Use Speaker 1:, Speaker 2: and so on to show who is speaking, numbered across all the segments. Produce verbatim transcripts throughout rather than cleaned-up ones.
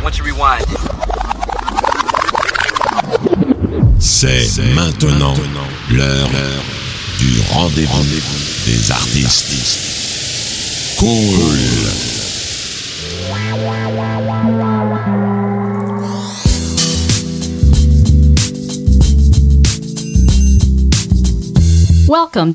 Speaker 1: once you rewind.
Speaker 2: C'est maintenant l'heure du rendez-vous des artistes. Cool.
Speaker 3: Welcome.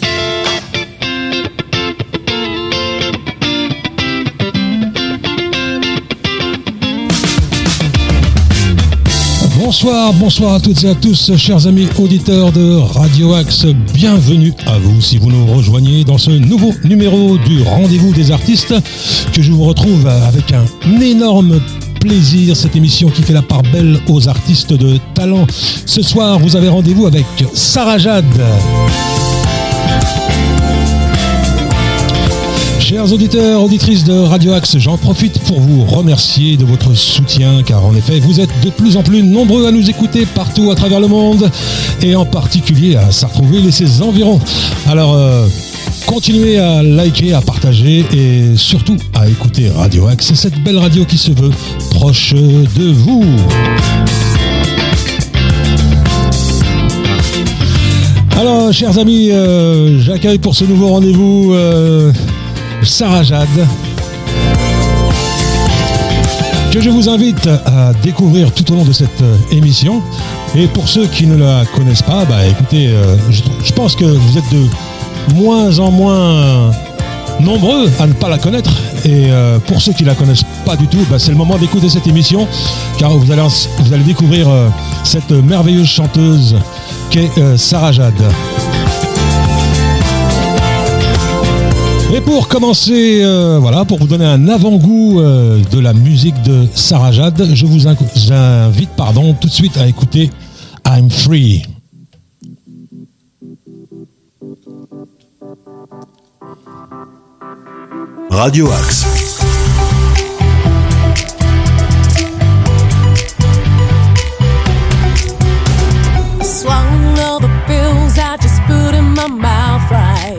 Speaker 4: Bonsoir, bonsoir à toutes et à tous, chers amis auditeurs de Radio Axe. Bienvenue à vous si vous nous rejoignez dans ce nouveau numéro du Rendez-vous des artistes, que je vous retrouve avec un énorme plaisir. Cette émission qui fait la part belle aux artistes de talent. Ce soir, vous avez rendez-vous avec Sarah Jade. Chers auditeurs, auditrices de Radio Axe, j'en profite pour vous remercier de votre soutien, car en effet, vous êtes de plus en plus nombreux à nous écouter partout à travers le monde, et en particulier à Sartrouville et ses environs. Alors, euh, continuez à liker, à partager, et surtout à écouter Radio Axe, cette belle radio qui se veut proche de vous. Alors, chers amis, euh, j'accueille pour ce nouveau rendez-vous euh, Sarah Jade, que je vous invite à découvrir tout au long de cette émission. Et pour ceux qui ne la connaissent pas, bah écoutez, euh, je, je pense que vous êtes de moins en moins nombreux à ne pas la connaître. Et euh, pour ceux qui la connaissent pas du tout, bah, c'est le moment d'écouter cette émission, car vous allez, vous allez découvrir euh, cette merveilleuse chanteuse qu'est euh, Sarah Jade. Et pour commencer, euh, voilà, pour vous donner un avant-goût euh, de la musique de Sarah Jade, je vous invite, pardon, tout de suite à écouter I'm Free.
Speaker 2: Radio Axe.
Speaker 5: Swallow the pills I just put in my mouth, right?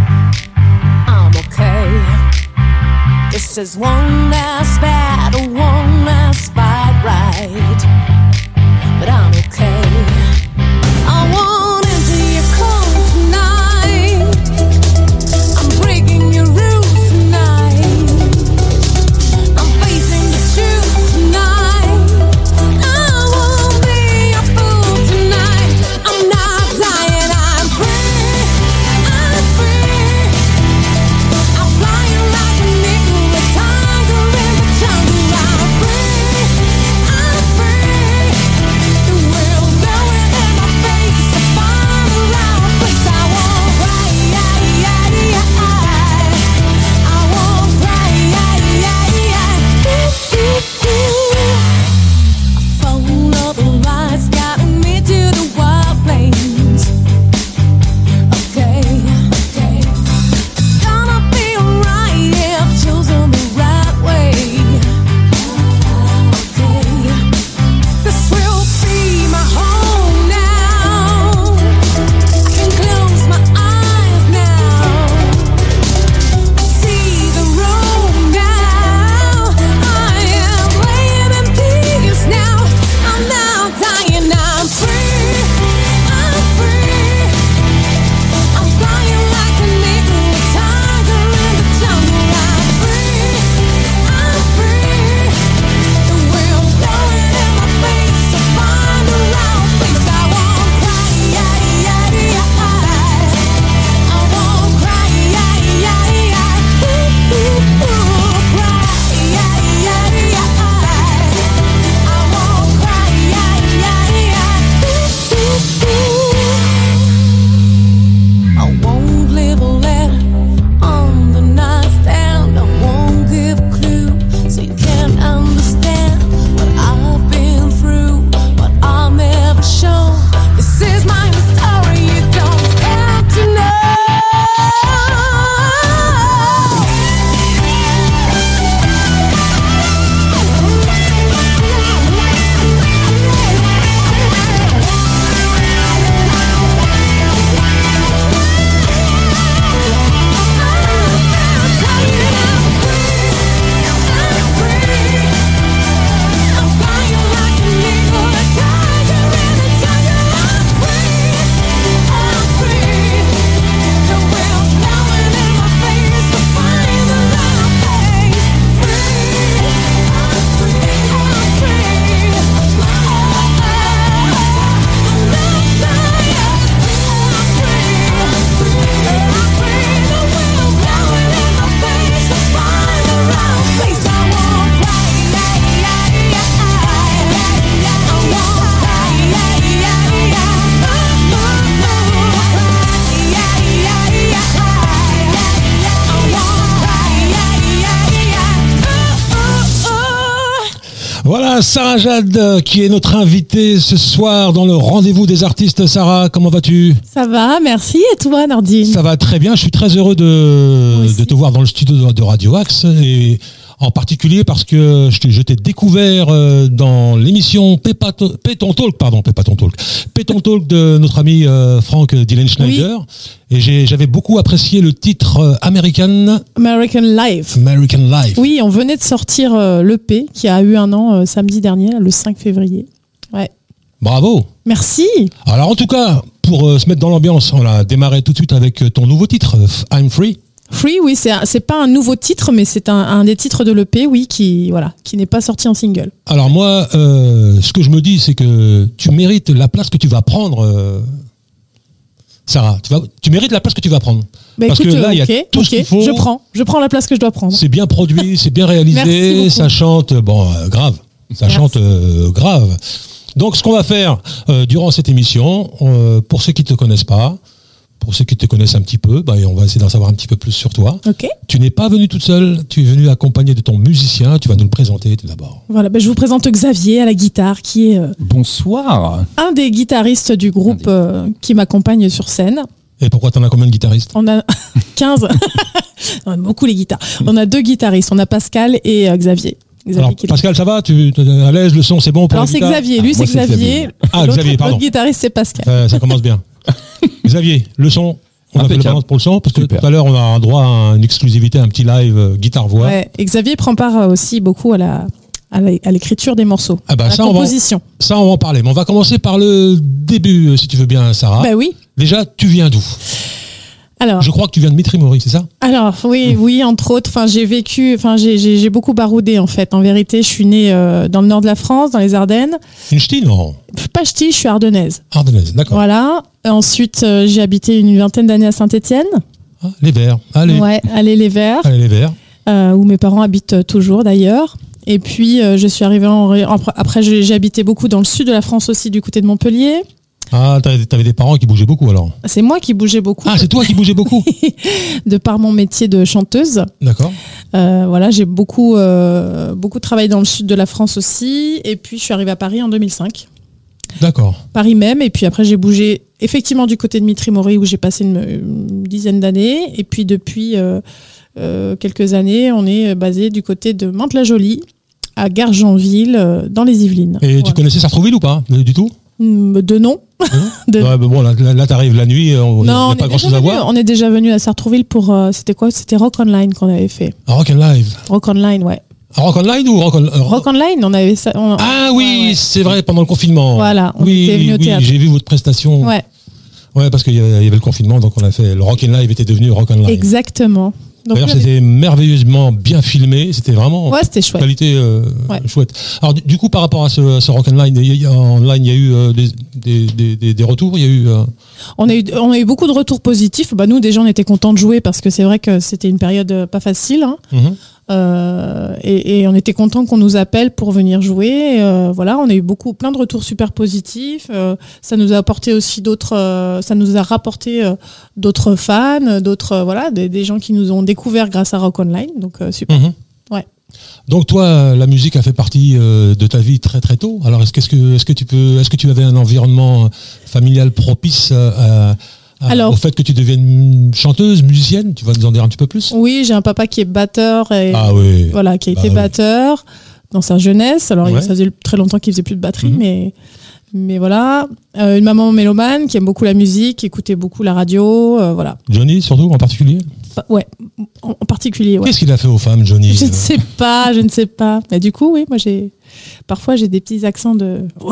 Speaker 5: This is one last battle, one last fight, right? But I'm okay. I want into your cold tonight. I'm breaking your rules tonight. I'm facing the truth tonight. I won't be a fool tonight. I'm not dying, I'm free. I'm free. I'm flying like an eagle. Tiger in the jungle, I'm free, I'm free. The world
Speaker 4: Voilà, Sarah Jade, euh, qui est notre invitée ce soir dans le rendez-vous des artistes. Sarah, comment vas-tu?
Speaker 1: Ça va, merci. Et toi, Nordine?
Speaker 4: Ça va très bien. Je suis très heureux de, de te voir dans le studio de, de Radio Axe. Et en particulier parce que je t'ai, je t'ai découvert euh, dans l'émission Pépato, Péton Talk, pardon, Pépaton Talk, Péton Talk de notre ami euh, Frank Dylan Schneider. Oui. Et j'ai, j'avais beaucoup apprécié le titre euh, American...
Speaker 1: American Life.
Speaker 4: American Life.
Speaker 1: Oui, on venait de sortir euh, l'E P qui a eu un an euh, samedi dernier, le cinq février. Ouais.
Speaker 4: Bravo.
Speaker 1: Merci.
Speaker 4: Alors en tout cas, pour euh, se mettre dans l'ambiance, on a démarré tout de suite avec ton nouveau titre, I'm Free.
Speaker 1: Free, oui, c'est, un, c'est pas un nouveau titre, mais c'est un, un des titres de l'E P, oui, qui, voilà, qui n'est pas sorti en single.
Speaker 4: Alors moi, euh, ce que je me dis, c'est que tu mérites la place que tu vas prendre, euh, Sarah. Tu, vas, tu mérites la place que tu vas prendre.
Speaker 1: Bah
Speaker 4: Parce
Speaker 1: écoute,
Speaker 4: que là, il
Speaker 1: okay,
Speaker 4: y a tout
Speaker 1: okay,
Speaker 4: ce qu'il faut.
Speaker 1: Je prends, je prends la place que je dois prendre.
Speaker 4: C'est bien produit, c'est bien réalisé, ça chante, bon, euh, grave, ça Merci. chante euh, grave. Donc, ce qu'on va faire euh, durant cette émission, euh, pour ceux qui ne te connaissent pas, pour ceux qui te connaissent un petit peu, bah, on va essayer d'en savoir un petit peu plus sur toi.
Speaker 1: Okay.
Speaker 4: Tu n'es pas venu toute seule, tu es venu accompagné de ton musicien. Tu vas nous le présenter tout d'abord.
Speaker 1: Voilà, bah, je vous présente Xavier à la guitare, qui est euh,
Speaker 3: bonsoir,
Speaker 1: un des guitaristes du groupe euh, qui m'accompagne sur scène.
Speaker 4: Et pourquoi t'en as combien de guitaristes?
Speaker 1: On a quinze. On a beaucoup les guitares. On a deux guitaristes, on a Pascal et euh, Xavier. Xavier
Speaker 4: Alors, Pascal, ça va? Tu es à l'aise? Le son, c'est bon pour
Speaker 1: Alors,
Speaker 4: la
Speaker 1: c'est
Speaker 4: guitare?
Speaker 1: Xavier. Lui,
Speaker 3: ah,
Speaker 1: c'est,
Speaker 3: moi,
Speaker 1: Xavier.
Speaker 3: c'est Xavier.
Speaker 4: Ah, Xavier, pardon.
Speaker 1: L'autre guitariste, c'est Pascal.
Speaker 4: Euh, ça commence bien. Xavier, le son. On a fait le balance pour le son, parce que Super. Tout à l'heure, on a un droit à une exclusivité, un petit live euh, guitare-voix.
Speaker 1: Ouais. Et Xavier prend part aussi beaucoup à la, à, la, à l'écriture des morceaux,
Speaker 4: ah bah,
Speaker 1: à la
Speaker 4: ça,
Speaker 1: composition.
Speaker 4: On va, ça, on va en parler. Mais on va commencer par le début, si tu veux bien, Sarah.
Speaker 1: Bah oui.
Speaker 4: Déjà, tu viens d'où? Alors, je crois que tu viens de Mitry-Mory, c'est ça?
Speaker 1: Alors oui, oui, entre autres. Enfin, j'ai vécu, enfin, j'ai, j'ai, j'ai beaucoup baroudé en fait. En vérité, je suis née euh, dans le nord de la France, dans les Ardennes.
Speaker 4: Une ch'ti, non?
Speaker 1: Pas ch'ti, je suis ardennaise.
Speaker 4: Ardennaise, d'accord.
Speaker 1: Voilà. Ensuite, euh, j'ai habité une vingtaine d'années à Saint-Étienne.
Speaker 4: Ah, les Verts. Allez.
Speaker 1: Ouais, allez les Verts.
Speaker 4: Allez les Verts.
Speaker 1: Euh, où mes parents habitent toujours d'ailleurs. Et puis, euh, je suis arrivée en, après, j'ai, j'ai habité beaucoup dans le sud de la France aussi, du côté de Montpellier.
Speaker 4: Ah, t'avais des parents qui bougeaient beaucoup alors?
Speaker 1: C'est moi qui bougeais beaucoup.
Speaker 4: Ah, c'est toi qui bougeais beaucoup?
Speaker 1: De par mon métier de chanteuse.
Speaker 4: D'accord.
Speaker 1: Euh, voilà, j'ai beaucoup, euh, beaucoup travaillé dans le sud de la France aussi. Et puis, je suis arrivée à Paris en deux mille cinq.
Speaker 4: D'accord.
Speaker 1: Paris même. Et puis après, j'ai bougé effectivement du côté de Mitry-Mory où j'ai passé une, une dizaine d'années. Et puis, depuis euh, euh, quelques années, on est basé du côté de Mantes-la-Jolie, à Gargenville, euh, dans les Yvelines.
Speaker 4: Et
Speaker 1: voilà.
Speaker 4: Tu connaissais Sartrouville ou pas? Du tout?
Speaker 1: De nom.
Speaker 4: de... Ouais, bon, là, là t'arrives la nuit, on n'a pas grand chose à voir.
Speaker 1: On est déjà venu à Sartrouville pour. Euh, c'était quoi? C'était Rock Online qu'on avait fait.
Speaker 4: Ah, Rock Live.
Speaker 1: Rock Online, ouais.
Speaker 4: Ah, Rock Online ou Rock, on...
Speaker 1: Rock Online, on avait ça. On...
Speaker 4: Ah oui, ouais, ouais. C'est vrai, pendant le confinement.
Speaker 1: Voilà, on
Speaker 4: oui,
Speaker 1: était venu au
Speaker 4: oui,
Speaker 1: théâtre.
Speaker 4: J'ai vu votre prestation.
Speaker 1: Ouais.
Speaker 4: Ouais, parce qu'il y avait le confinement, donc on a fait. Le Rock Live était devenu Rock Live.
Speaker 1: Exactement. Donc,
Speaker 4: d'ailleurs, c'était avait... merveilleusement bien filmé. C'était vraiment
Speaker 1: ouais, c'était chouette.
Speaker 4: Qualité euh, ouais. chouette. Alors, du, du coup, par rapport à ce, à ce Rock Online, il y a, en ligne, il y a eu euh, des, des, des, des retours. Il y a eu. Euh...
Speaker 1: On a eu, on a eu beaucoup de retours positifs. Bah, nous, déjà, on était contents de jouer parce que c'est vrai que c'était une période pas facile. Hein. Mm-hmm. Euh, et, et on était contents qu'on nous appelle pour venir jouer. Euh, voilà, on a eu beaucoup, plein de retours super positifs. Euh, ça nous a apporté aussi d'autres, euh, ça nous a rapporté euh, d'autres fans, d'autres, euh, voilà, des, des gens qui nous ont découvert grâce à Rock Online. Donc euh, super.
Speaker 4: Mmh.
Speaker 1: Ouais.
Speaker 4: Donc toi, la musique a fait partie euh, de ta vie très très tôt. Alors est-ce que, est-ce que, est-ce que tu peux, est-ce que tu avais un environnement familial propice à, à Alors, au fait que tu deviennes chanteuse, musicienne? Tu vas nous en dire un petit peu plus?
Speaker 1: Oui, j'ai un papa qui est batteur et
Speaker 4: ah oui.
Speaker 1: voilà, qui a été bah, batteur oui. dans sa jeunesse. Alors ouais. ça faisait très longtemps qu'il faisait plus de batterie, mm-hmm. mais mais voilà. Euh, une maman mélomane qui aime beaucoup la musique, qui écoutait beaucoup la radio, euh, voilà.
Speaker 4: Johnny surtout en particulier?
Speaker 1: Bah, ouais, en, en particulier. Ouais.
Speaker 4: Qu'est-ce qu'il a fait aux femmes, Johnny?
Speaker 1: Je ne sais pas, je ne sais pas. Mais du coup, oui, moi j'ai parfois j'ai des petits accents de. Wow.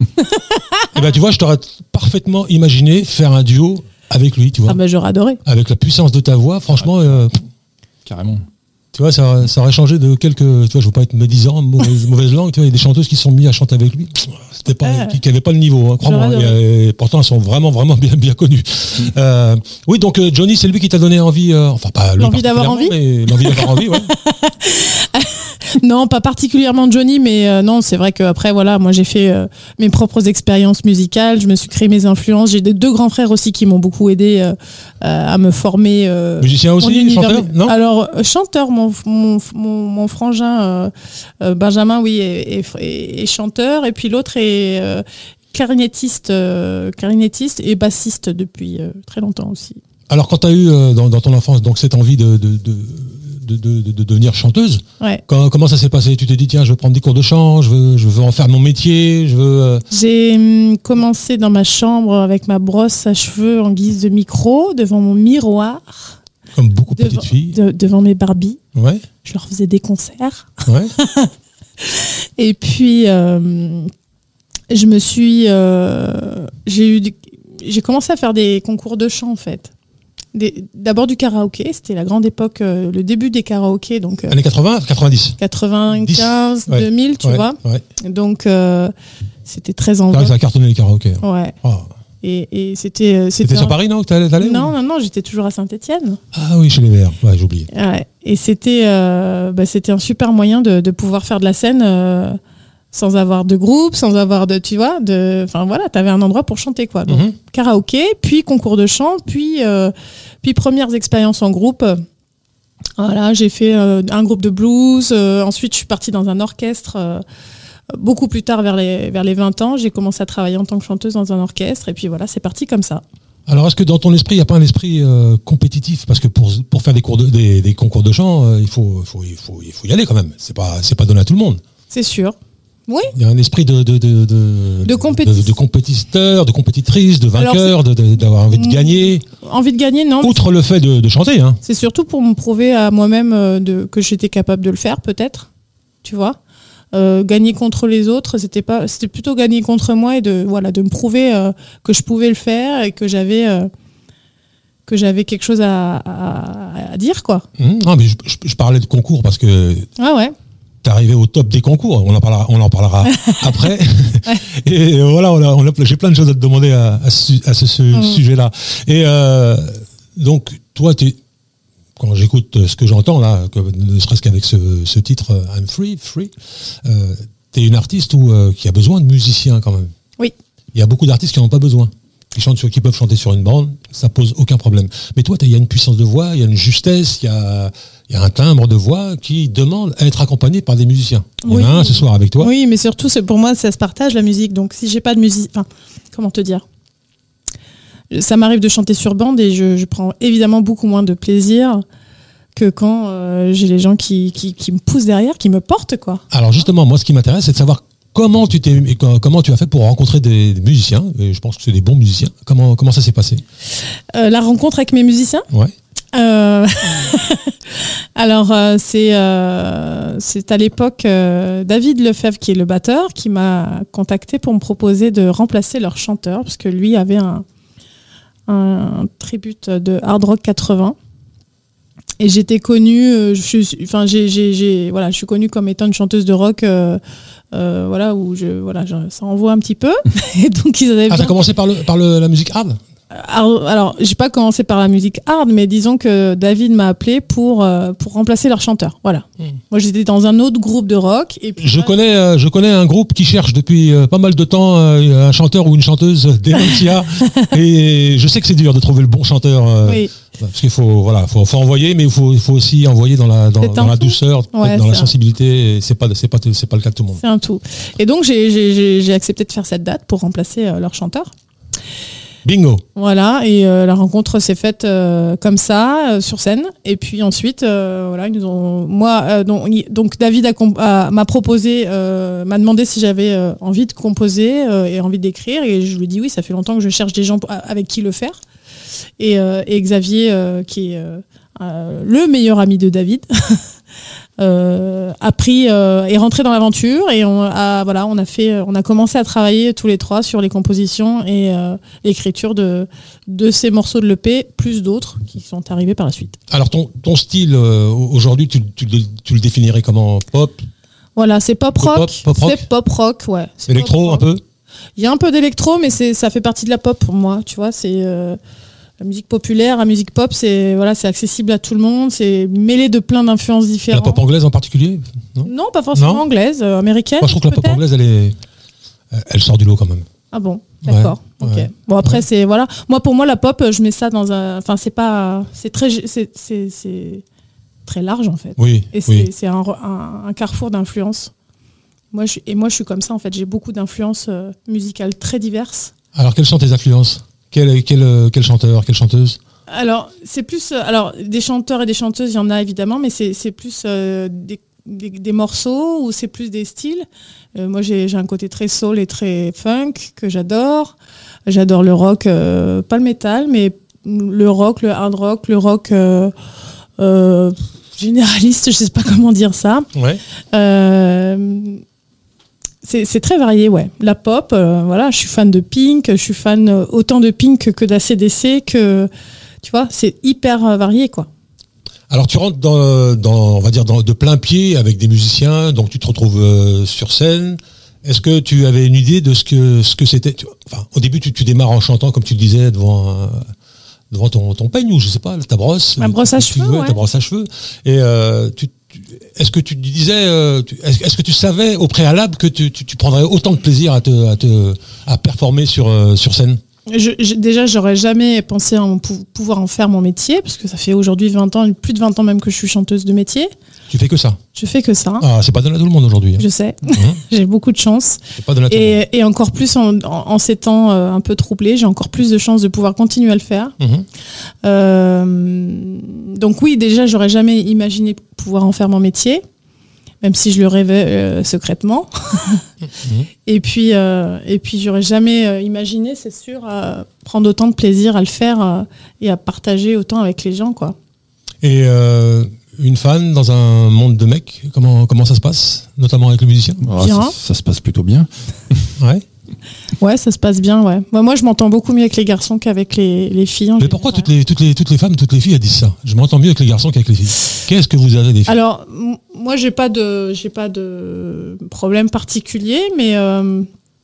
Speaker 4: Et ben tu vois, je t'aurais parfaitement imaginé faire un duo avec lui, tu vois.
Speaker 1: Ah ben j'aurais adoré.
Speaker 4: Avec la puissance de ta voix, franchement. Euh,
Speaker 3: Carrément.
Speaker 4: Tu vois, ça, ça aurait changé de quelques. Tu vois, je veux pas être médisant, mauvaise, mauvaise langue. Tu vois, il y a des chanteuses qui sont mis à chanter avec lui. C'était pas, ah, qui n'avaient pas le niveau, hein, crois-moi. Et, et pourtant, elles sont vraiment, vraiment bien, bien connues. Mm. Euh, oui, donc euh, Johnny, c'est lui qui t'a donné envie. Euh, enfin, pas lui
Speaker 1: l'envie d'avoir envie.
Speaker 4: Mais l'envie d'avoir envie, ouais.
Speaker 1: Non, pas particulièrement Johnny, mais euh, non, c'est vrai qu'après, voilà, moi j'ai fait euh, mes propres expériences musicales, je me suis créé mes influences. J'ai des, deux grands frères aussi qui m'ont beaucoup aidé euh, euh, à me former. Euh,
Speaker 4: Musicien aussi,
Speaker 1: univers...
Speaker 4: chanteur, non?
Speaker 1: Alors, euh, chanteur, mon, mon, mon, mon frangin euh, euh, Benjamin, oui, est, est, est, est chanteur, et puis l'autre est euh, clarinettiste, euh, clarinettiste et bassiste depuis euh, très longtemps aussi.
Speaker 4: Alors, quand tu as eu euh, dans, dans ton enfance donc cette envie de, de, de, de, de, de, de devenir chanteuse,
Speaker 1: ouais.
Speaker 4: quand, comment ça s'est passé? Tu t'es dit, tiens, je veux prendre des cours de chant, je veux, je veux en faire mon métier, je veux... Euh...
Speaker 1: J'ai hum, commencé dans ma chambre avec ma brosse à cheveux en guise de micro, devant mon miroir.
Speaker 4: Comme beaucoup de
Speaker 1: devant,
Speaker 4: petites filles.
Speaker 1: De, devant mes Barbies.
Speaker 4: Ouais.
Speaker 1: Je leur faisais des concerts.
Speaker 4: Ouais.
Speaker 1: Et puis, euh, je me suis... Euh, j'ai eu... Du, j'ai commencé à faire des concours de chant, en fait. Des, d'abord du karaoké, c'était la grande époque, euh, le début des karaokés, donc euh,
Speaker 4: années quatre-vingts, quatre-vingt-dix.
Speaker 1: quatre-vingt-quinze,
Speaker 4: dix, ouais,
Speaker 1: deux mille, tu
Speaker 4: ouais,
Speaker 1: vois.
Speaker 4: Ouais.
Speaker 1: Donc euh, c'était très en
Speaker 4: Ça
Speaker 1: vogue.
Speaker 4: a cartonné les karaokés.
Speaker 1: Ouais.
Speaker 4: Oh.
Speaker 1: Et, et c'était, euh,
Speaker 4: C'était,
Speaker 1: c'était
Speaker 4: sur
Speaker 1: un...
Speaker 4: Paris, non, que t'allais, t'allais
Speaker 1: Non,
Speaker 4: ou...
Speaker 1: non, non, j'étais toujours à Saint-Étienne.
Speaker 4: Ah oui, chez les Verts. Ouais, j'ai oublié.
Speaker 1: Ouais. Et c'était, euh, bah, c'était un super moyen de, de pouvoir faire de la scène euh, sans avoir de groupe, sans avoir de, tu vois, de, enfin voilà, t'avais un endroit pour chanter, quoi. Donc,
Speaker 4: Mm-hmm.
Speaker 1: karaoké, puis concours de chant, puis, euh, puis premières expériences en groupe. Voilà, j'ai fait euh, un groupe de blues. Euh, ensuite, je suis partie dans un orchestre. Euh, beaucoup plus tard, vers les, vers les vingt ans, j'ai commencé à travailler en tant que chanteuse dans un orchestre. Et puis voilà, c'est parti comme ça.
Speaker 4: Alors, est-ce que dans ton esprit, il n'y a pas un esprit euh, compétitif? Parce que pour, pour faire des, cours de, des, des concours de chant, euh, il, faut, il, faut, il, faut, il faut y aller quand même. C'est pas, c'est pas donné à tout le monde.
Speaker 1: C'est sûr. Oui.
Speaker 4: Il y a un esprit de, de, de, de,
Speaker 1: De compétition.
Speaker 4: de, de compétiteur, de compétitrice, de vainqueur, de, de, d'avoir envie de gagner.
Speaker 1: Envie de gagner, non.
Speaker 4: Outre le fait de, de chanter. Hein.
Speaker 1: C'est surtout pour me prouver à moi-même euh, de, que j'étais capable de le faire, peut-être. Tu vois. Euh, gagner contre les autres, c'était pas, c'était plutôt gagner contre moi et de, voilà, de me prouver euh, que je pouvais le faire et que j'avais, euh, que j'avais quelque chose à, à, à dire, quoi.
Speaker 4: Mmh, non, mais je, je, je parlais de concours parce que.
Speaker 1: Ah ouais.
Speaker 4: T'es arrivé au top des concours, on en parlera, on en parlera après.
Speaker 1: Ouais.
Speaker 4: Et voilà, on a, on a, j'ai plein de choses à te demander à, à ce, à ce, ce mmh. sujet-là. Et euh, donc, toi, t'es, quand j'écoute ce que j'entends là, que, ne serait-ce qu'avec ce, ce titre I'm Free, Free, euh, t'es une artiste où, euh, qui a besoin de musiciens quand même.
Speaker 1: Oui.
Speaker 4: Il y a beaucoup d'artistes qui n'en ont pas besoin. Qui chantent sur, qui peuvent chanter sur une bande, ça pose aucun problème. Mais toi, il y a une puissance de voix, il y a une justesse, il y a, il y a un timbre de voix qui demande à être accompagné par des musiciens. Il
Speaker 1: oui.
Speaker 4: y en a un ce soir avec toi.
Speaker 1: Oui, mais surtout, c'est, pour moi, ça se partage la musique. Donc, si j'ai pas de musique, enfin, comment te dire ? Ça m'arrive de chanter sur bande et je, je prends évidemment beaucoup moins de plaisir que quand euh, j'ai les gens qui, qui, qui me poussent derrière, qui me portent, quoi.
Speaker 4: Alors justement, moi, ce qui m'intéresse, c'est de savoir comment tu t'es, comment tu as fait pour rencontrer des musiciens. Et je pense que c'est des bons musiciens. Comment, comment ça s'est passé ?
Speaker 1: euh, La rencontre avec mes musiciens ?
Speaker 4: Ouais.
Speaker 1: Euh... Alors euh, c'est euh, c'est à l'époque euh, David Lefebvre, qui est le batteur, qui m'a contacté pour me proposer de remplacer leur chanteur, parce que lui avait un un tribute de hard rock quatre-vingts. Et j'étais connue, je suis, enfin j'ai, j'ai, j'ai, voilà, je suis connue comme étant une chanteuse de rock, euh, euh, voilà, où je, voilà, je, ça envoie un petit peu. Et donc ils avaient.
Speaker 4: Ah, t'as commencé par le, par le, la musique hard ?
Speaker 1: Alors, alors, j'ai pas commencé par la musique hard, mais disons que David m'a appelé pour euh, pour remplacer leur chanteur. Voilà. Mmh. Moi, j'étais dans un autre groupe de rock. Et puis,
Speaker 4: je
Speaker 1: là,
Speaker 4: connais, euh, je connais un groupe qui cherche depuis euh, pas mal de temps euh, un chanteur ou une chanteuse Dementia, et je sais que c'est dur de trouver le bon chanteur. Euh, oui. Parce qu'il faut, voilà, faut, faut envoyer, mais il faut, il faut aussi envoyer dans la, dans, dans la douceur, ouais, dans la sensibilité. Et c'est pas, c'est pas, c'est pas le cas de tout le monde.
Speaker 1: C'est un tout. Et donc, j'ai, j'ai, j'ai accepté de faire cette date pour remplacer euh, leur chanteur.
Speaker 4: Bingo.
Speaker 1: Voilà, et euh, la rencontre s'est faite euh, comme ça, euh, sur scène. Et puis ensuite, euh, voilà, ils nous ont, moi, euh, donc, donc David a, a, m'a proposé, euh, m'a demandé si j'avais euh, envie de composer euh, et envie d'écrire, et je lui ai dit oui. Ça fait longtemps que je cherche des gens avec qui le faire. Et, euh, et Xavier, euh, qui est euh, euh, le meilleur ami de David. Euh, a pris euh, est rentré dans l'aventure et on a voilà on a fait on a commencé à travailler tous les trois sur les compositions et euh, l'écriture de de ces morceaux de l'E P, plus d'autres qui sont arrivés par la suite.
Speaker 4: Alors ton ton style euh, aujourd'hui tu, tu, tu le définirais comment? Pop?
Speaker 1: Voilà, c'est pop rock,
Speaker 4: pop, pop rock.
Speaker 1: C'est pop rock, ouais. C'est
Speaker 4: électro
Speaker 1: pop
Speaker 4: un peu.
Speaker 1: Il y a un peu d'électro, mais c'est ça fait partie de la pop pour moi, tu vois. C'est euh, La musique populaire, la musique pop, c'est voilà, c'est accessible à tout le monde, c'est mêlé de plein d'influences différentes.
Speaker 4: La pop anglaise en particulier? Non,
Speaker 1: non pas forcément
Speaker 4: non
Speaker 1: anglaise, euh, américaine.
Speaker 4: Moi, je trouve que la pop
Speaker 1: peut-être.
Speaker 4: anglaise, elle est, elle sort du lot quand même.
Speaker 1: Ah bon, d'accord.
Speaker 4: Ouais,
Speaker 1: ok.
Speaker 4: ouais.
Speaker 1: Bon après
Speaker 4: Ouais.
Speaker 1: c'est voilà. Moi pour moi la pop, je mets ça dans un. Enfin c'est pas, c'est très, c'est c'est c'est très large en fait.
Speaker 4: Oui,
Speaker 1: Et c'est
Speaker 4: oui.
Speaker 1: c'est un, un, un carrefour d'influences. Moi je et moi je suis comme ça en fait. J'ai beaucoup d'influences euh, musicales très diverses.
Speaker 4: Alors, quelles sont tes influences? Quel, quel, euh, quel chanteur, quelle chanteuse?
Speaker 1: Alors c'est plus euh, alors des chanteurs et des chanteuses il y en a évidemment, mais c'est c'est plus euh, des, des des morceaux ou c'est plus des styles. Euh, moi j'ai j'ai un côté très soul et très funk que j'adore. J'adore le rock, euh, pas le métal, mais le rock, le hard rock, le rock euh, euh, généraliste, je sais pas comment dire ça.
Speaker 4: Ouais.
Speaker 1: Euh, c'est c'est très varié, ouais. La pop, euh, voilà, je suis fan de Pink, je suis fan euh, autant de Pink que d'A C D C, que tu vois, c'est hyper euh, varié, quoi.
Speaker 4: Alors, tu rentres dans, dans, on va dire, dans, de plein pied avec des musiciens, donc tu te retrouves euh, sur scène. Est-ce que tu avais une idée de ce que ce que c'était? tu- Enfin, au début, tu, tu démarres en chantant, comme tu le disais, devant euh, devant ton, ton peigne ou je sais pas, ta brosse.
Speaker 1: Ma brosse à
Speaker 4: Tu- tu-
Speaker 1: cheveux,
Speaker 4: ouais,
Speaker 1: ouais.
Speaker 4: Ta brosse à cheveux. Et euh, tu, tu- est-ce que tu te disais, euh, tu- est-ce, est-ce que tu savais au préalable que tu, tu, tu prendrais autant de plaisir à te à te à performer sur euh, sur scène?
Speaker 1: Je, je- déjà, j'aurais jamais pensé à en pou- pouvoir en faire mon métier, parce que ça fait aujourd'hui vingt ans, plus de vingt ans même que je suis chanteuse de métier.
Speaker 4: Tu fais que ça?
Speaker 1: Je fais que ça,
Speaker 4: Ah, c'est pas donné à tout le monde aujourd'hui. Hein.
Speaker 1: je sais.
Speaker 4: Mhm.
Speaker 1: J'ai beaucoup de chance.
Speaker 4: C'est pas donné à tout le monde.
Speaker 1: Et, et encore plus en, en, en ces temps euh, un peu troublés, j'ai encore plus de chances de pouvoir continuer à le faire.
Speaker 4: Mhm.
Speaker 1: Euh, donc oui, déjà, j'aurais jamais imaginé pouvoir en faire mon métier, même si je le rêvais euh, secrètement. Et puis, euh, et puis, j'aurais jamais euh, imaginé, c'est sûr, euh, prendre autant de plaisir à le faire euh, et à partager autant avec les gens, quoi.
Speaker 4: Et euh, une fan dans un monde de mecs, comment comment ça se passe, notamment avec le musicien?
Speaker 3: Ah,
Speaker 1: Bien.
Speaker 3: ça, ça se passe plutôt bien.
Speaker 4: Ouais.
Speaker 1: Ouais, ça se passe bien, ouais. Moi, moi je m'entends beaucoup mieux avec les garçons qu'avec les, les filles. en
Speaker 4: Mais pourquoi
Speaker 1: général.
Speaker 4: toutes les toutes les toutes les femmes, toutes les filles elles disent ça? Je m'entends mieux avec les garçons qu'avec les filles. Qu'est-ce que vous avez des filles?
Speaker 1: Alors, m- moi, j'ai pas de, j'ai pas de problème particulier, mais euh,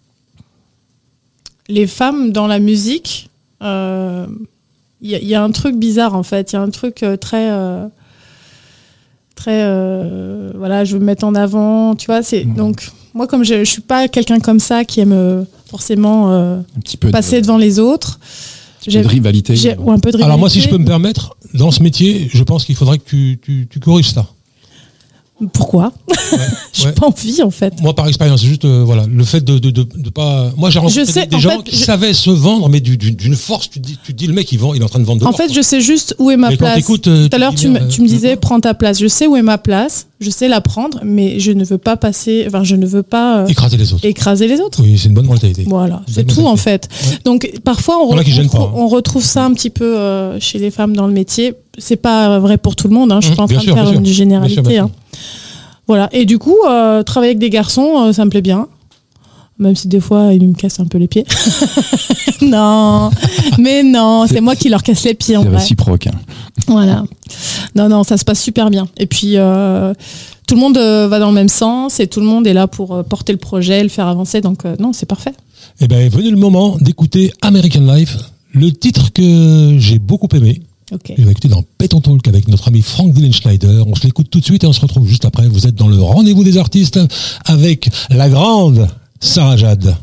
Speaker 1: les femmes dans la musique, il euh, y, a- y a un truc bizarre en fait. Il y a un truc euh, très, euh, très, euh, voilà, je veux me mettre en avant, tu vois. C'est
Speaker 3: Mmh.
Speaker 1: donc moi, comme je, je suis pas quelqu'un comme ça qui aime euh, forcément euh,
Speaker 3: Un petit peu
Speaker 1: passer
Speaker 3: de,
Speaker 1: devant les autres.
Speaker 3: un petit peu de rivalité.
Speaker 1: J'ai- ou un peu de
Speaker 4: Alors moi, si je
Speaker 1: rivalité.
Speaker 4: peux me permettre, dans ce métier, je pense qu'il faudrait que tu tu, tu corriges ça.
Speaker 1: Pourquoi?
Speaker 4: Ouais.
Speaker 1: J'ai
Speaker 4: Ouais.
Speaker 1: pas envie en fait.
Speaker 4: Moi, par expérience, c'est juste euh, voilà, le fait de, de, de, de pas. Moi, j'ai rencontré
Speaker 1: Je sais,
Speaker 4: des
Speaker 1: en
Speaker 4: gens
Speaker 1: fait,
Speaker 4: qui
Speaker 1: je-
Speaker 4: savaient se vendre, mais du- du- d'une force. Tu te dis, tu te dis, le mec, il vend, il est en train de vendre de
Speaker 1: En
Speaker 4: l'or,
Speaker 1: fait,
Speaker 4: quoi.
Speaker 1: je sais juste où est ma
Speaker 4: Mais quand
Speaker 1: place.
Speaker 4: t'écoutes, euh,
Speaker 1: Tout à l'heure,
Speaker 4: dis
Speaker 1: tu, me-
Speaker 4: bien,
Speaker 1: tu me
Speaker 4: euh,
Speaker 1: disais, prends ta place. Je sais où est ma place, je sais la prendre, mais je ne veux pas passer, enfin, je ne veux pas euh,
Speaker 4: écraser les autres.
Speaker 1: écraser les autres.
Speaker 4: Oui, c'est une bonne mentalité.
Speaker 1: Voilà,
Speaker 4: Une
Speaker 1: c'est
Speaker 4: bonne
Speaker 1: tout en
Speaker 4: mentalité.
Speaker 1: fait.
Speaker 4: Ouais.
Speaker 1: Donc, parfois, on,
Speaker 4: Il y en a qui
Speaker 1: re-
Speaker 4: gênent
Speaker 1: on,
Speaker 4: pas,
Speaker 1: retrouve-
Speaker 4: hein.
Speaker 1: on retrouve ça un petit peu euh, chez les femmes dans le métier. C'est pas vrai pour tout le monde, hein. Je suis
Speaker 4: Mmh,
Speaker 1: pas en
Speaker 4: bien
Speaker 1: train
Speaker 4: sûr,
Speaker 1: de faire
Speaker 4: bien
Speaker 1: une
Speaker 4: sûr.
Speaker 1: généralité.
Speaker 4: Bien sûr, bien
Speaker 1: hein. Voilà, et du coup, euh, travailler avec des garçons, euh, ça me plaît bien. Même si des fois, ils me cassent un peu les pieds. Non, mais non, c'est moi qui leur casse les pieds en
Speaker 3: C'est
Speaker 1: vrai.
Speaker 3: réciproque. hein.
Speaker 1: Voilà. Non, non, ça se passe super bien. Et puis, euh, tout le monde euh, va dans le même sens et tout le monde est là pour euh, porter le projet, le faire avancer. Donc, euh, non, c'est parfait.
Speaker 4: Eh bien, est venu le moment d'écouter American Life, le titre que j'ai beaucoup aimé.
Speaker 1: Ok.
Speaker 4: Et on va écouter dans Péton Talk avec notre ami Frank Dylan Schneider. On se l'écoute tout de suite et on se retrouve juste après. Vous êtes dans le rendez-vous des artistes avec la grande Sarah Jade.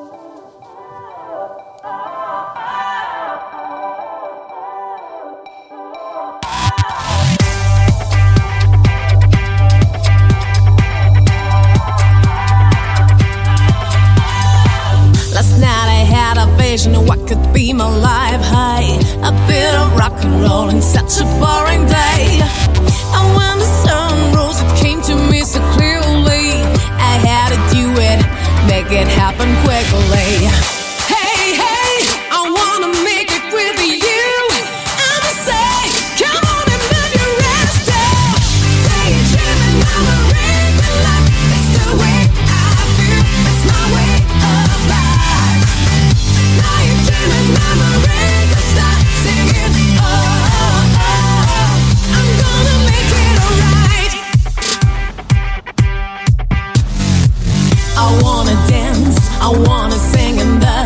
Speaker 5: Last night I had a vision of what could be my life. High, a bit of rock and roll in such a boring day. And when the sun rose, it came to me so clearly. I had to do it, make it happen quickly. Hey, hey, I wanna make it with you. I'ma say, come on and move your ass down. Daydreaming, I'm a regular life. It's the way I feel. It's my way of life. Now you're dreaming, I'm a regular star singing. Oh, oh, oh, I'm gonna make it alright. I wanna dance, I wanna sing and dance.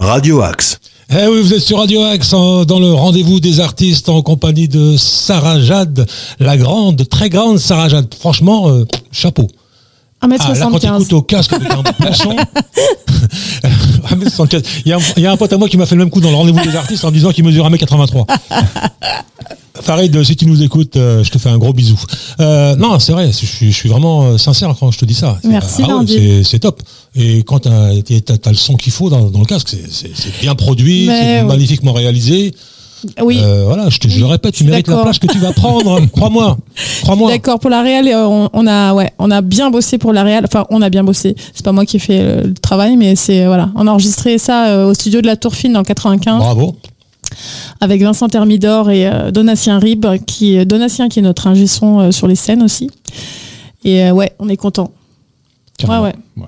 Speaker 2: Radio Axe.
Speaker 4: Eh oui, vous êtes sur Radio Axe en- dans le rendez-vous des artistes en compagnie de Sarah Jade, la grande, très grande Sarah Jade. Franchement, euh, chapeau.
Speaker 1: un mètre
Speaker 4: Ah, là, quand
Speaker 1: soixante-quinze.
Speaker 4: t'écoutes au casque avec un plafond. un mètre soixante-quinze. Il y, a un- il y a un pote à moi qui m'a fait le même coup dans le rendez-vous des artistes en me disant qu'il mesure un mètre quatre-vingt-trois. Farid, si tu nous écoutes, euh, je te fais un gros bisou. Euh, non, c'est vrai, je suis, je suis vraiment euh, sincère quand je te dis ça. C'est-
Speaker 1: Merci,
Speaker 4: ah ouais,
Speaker 1: Landy.
Speaker 4: c'est, c'est top. Et quand t'as, t'as, t'as le son qu'il faut dans, dans le casque, c'est, c'est, c'est bien produit,
Speaker 1: Mais
Speaker 4: c'est
Speaker 1: ouais.
Speaker 4: magnifiquement réalisé.
Speaker 1: Oui.
Speaker 4: Euh, voilà, je te je le répète, tu
Speaker 1: suis
Speaker 4: mérites la
Speaker 1: d'accord.
Speaker 4: place que tu vas prendre. Crois-moi. Crois-moi.
Speaker 1: D'accord, pour la réal, euh, on, on a ouais, on a bien bossé pour la réal. Enfin, on a bien bossé. C'est pas moi qui ai fait euh, le travail, mais c'est voilà, on a enregistré ça euh, au studio de la Tour Fine en quatre-vingt-quinze
Speaker 4: Bravo.
Speaker 1: avec Vincent Thermidor et euh, Donatien Rib, qui Donatien qui est notre ingé son euh, sur les scènes aussi. Et euh, ouais, on est content.
Speaker 3: Carrément.
Speaker 1: Ouais,
Speaker 3: Ouais.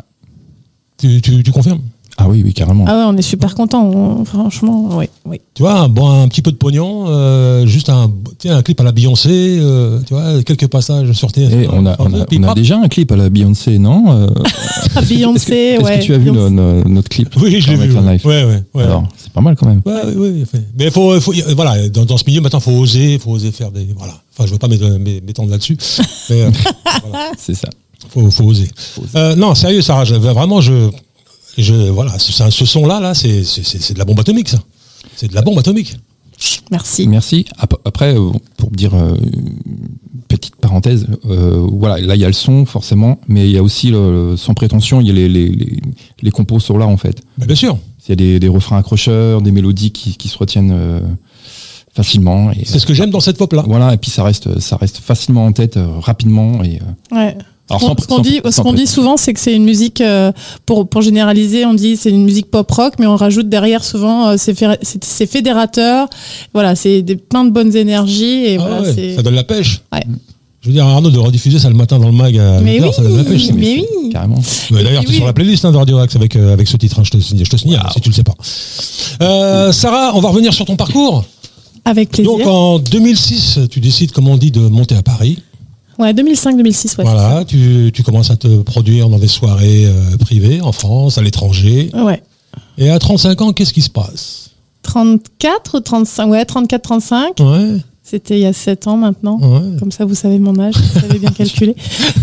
Speaker 4: Tu, tu, tu confirmes?
Speaker 3: Ah oui, oui, carrément.
Speaker 1: Ah ouais, on est super content. On- franchement, oui, oui.
Speaker 4: Tu vois, un, bon, un petit peu de pognon, euh, juste un, tu sais, un clip à la Beyoncé, euh, tu vois, quelques passages sur T F un.
Speaker 3: Et on a, on a,
Speaker 4: Puis
Speaker 3: on a
Speaker 4: hop.
Speaker 3: déjà un clip à la Beyoncé, non euh,
Speaker 1: Ah, Beyoncé,
Speaker 3: Est-ce que,
Speaker 1: ouais.
Speaker 3: est-ce que tu as vu
Speaker 1: Beyoncé.
Speaker 3: le- no- notre clip
Speaker 4: Oui, je l'ai
Speaker 3: avec
Speaker 4: vu.
Speaker 3: la
Speaker 4: Ouais,
Speaker 3: Life
Speaker 4: ouais, ouais.
Speaker 3: Alors, c'est pas mal quand même.
Speaker 4: Ouais, oui, oui, fait. Mais faut, faut, y- voilà, dans, dans ce milieu maintenant, faut oser, faut oser faire des, voilà. Enfin, je veux pas m'étendre m'étendre là-dessus, mais euh, voilà,
Speaker 3: C'est ça.
Speaker 4: faut, faut oser.
Speaker 3: Faut oser.
Speaker 4: Euh, non, sérieux, Sarah, je, vraiment, je, je, voilà, c'est un- ce son-là, là, c'est, c'est, c'est c'est de la bombe atomique, ça. C'est de la bombe atomique.
Speaker 1: Merci.
Speaker 3: Merci. Ap- Après, euh, pour dire euh, une petite parenthèse, euh, voilà, là il y a le son forcément, mais il y a aussi le, sans prétention, il y a les, les, les, les compos sur là en fait.
Speaker 4: Mais bien sûr,
Speaker 3: Il y a des, des refrains accrocheurs, des mélodies qui, qui se retiennent euh, facilement. Et,
Speaker 4: c'est ce que j'aime dans cette pop-là.
Speaker 3: Voilà, et puis ça reste, ça reste facilement en tête, euh, rapidement. Et, euh,
Speaker 1: Ouais.
Speaker 3: alors,
Speaker 1: Ce qu'on-
Speaker 3: sans-
Speaker 1: ce qu'on
Speaker 3: sans-
Speaker 1: dit,
Speaker 3: sans
Speaker 1: ce qu'on dit
Speaker 3: prétention.
Speaker 1: souvent, c'est que c'est une musique, euh, pour, pour généraliser, on dit c'est une musique pop rock, mais on rajoute derrière souvent, euh, c'est, fé- c'est, c'est fédérateur. Voilà, c'est des, plein de bonnes énergies. Et
Speaker 4: Ah
Speaker 1: voilà,
Speaker 4: ouais,
Speaker 1: c'est...
Speaker 4: ça donne la pèche.
Speaker 1: Ouais.
Speaker 4: Je veux dire, Arnaud, de rediffuser ça le matin dans le mag à
Speaker 1: Mais
Speaker 4: huit heures,
Speaker 1: oui,
Speaker 4: ça donne la pêche. c'est-
Speaker 1: mais
Speaker 3: c'est-
Speaker 1: oui.
Speaker 3: Carrément.
Speaker 4: Mais d'ailleurs,
Speaker 1: Et
Speaker 4: tu es
Speaker 1: oui.
Speaker 4: sur la playlist hein, de Radio Axe avec, euh, avec ce titre, hein, je te signale, je te signale si tu le sais pas. Euh, Sarah, on va revenir sur ton parcours.
Speaker 1: Avec plaisir.
Speaker 4: Donc en deux mille six, tu décides, comme on dit, de monter à Paris.
Speaker 1: Ouais, deux mille cinq deux mille six, ouais.
Speaker 4: Voilà, tu, tu commences à te produire dans des soirées euh, privées en France, à l'étranger.
Speaker 1: Ouais.
Speaker 4: Et à trente-cinq ans, qu'est-ce qui se passe?
Speaker 1: trente-quatre, trente-cinq, ouais, trente-quatre, trente-cinq.
Speaker 4: Ouais,
Speaker 1: C'était il y a sept ans maintenant.
Speaker 4: ouais.
Speaker 1: Comme ça, vous savez mon âge, vous savez bien calculer.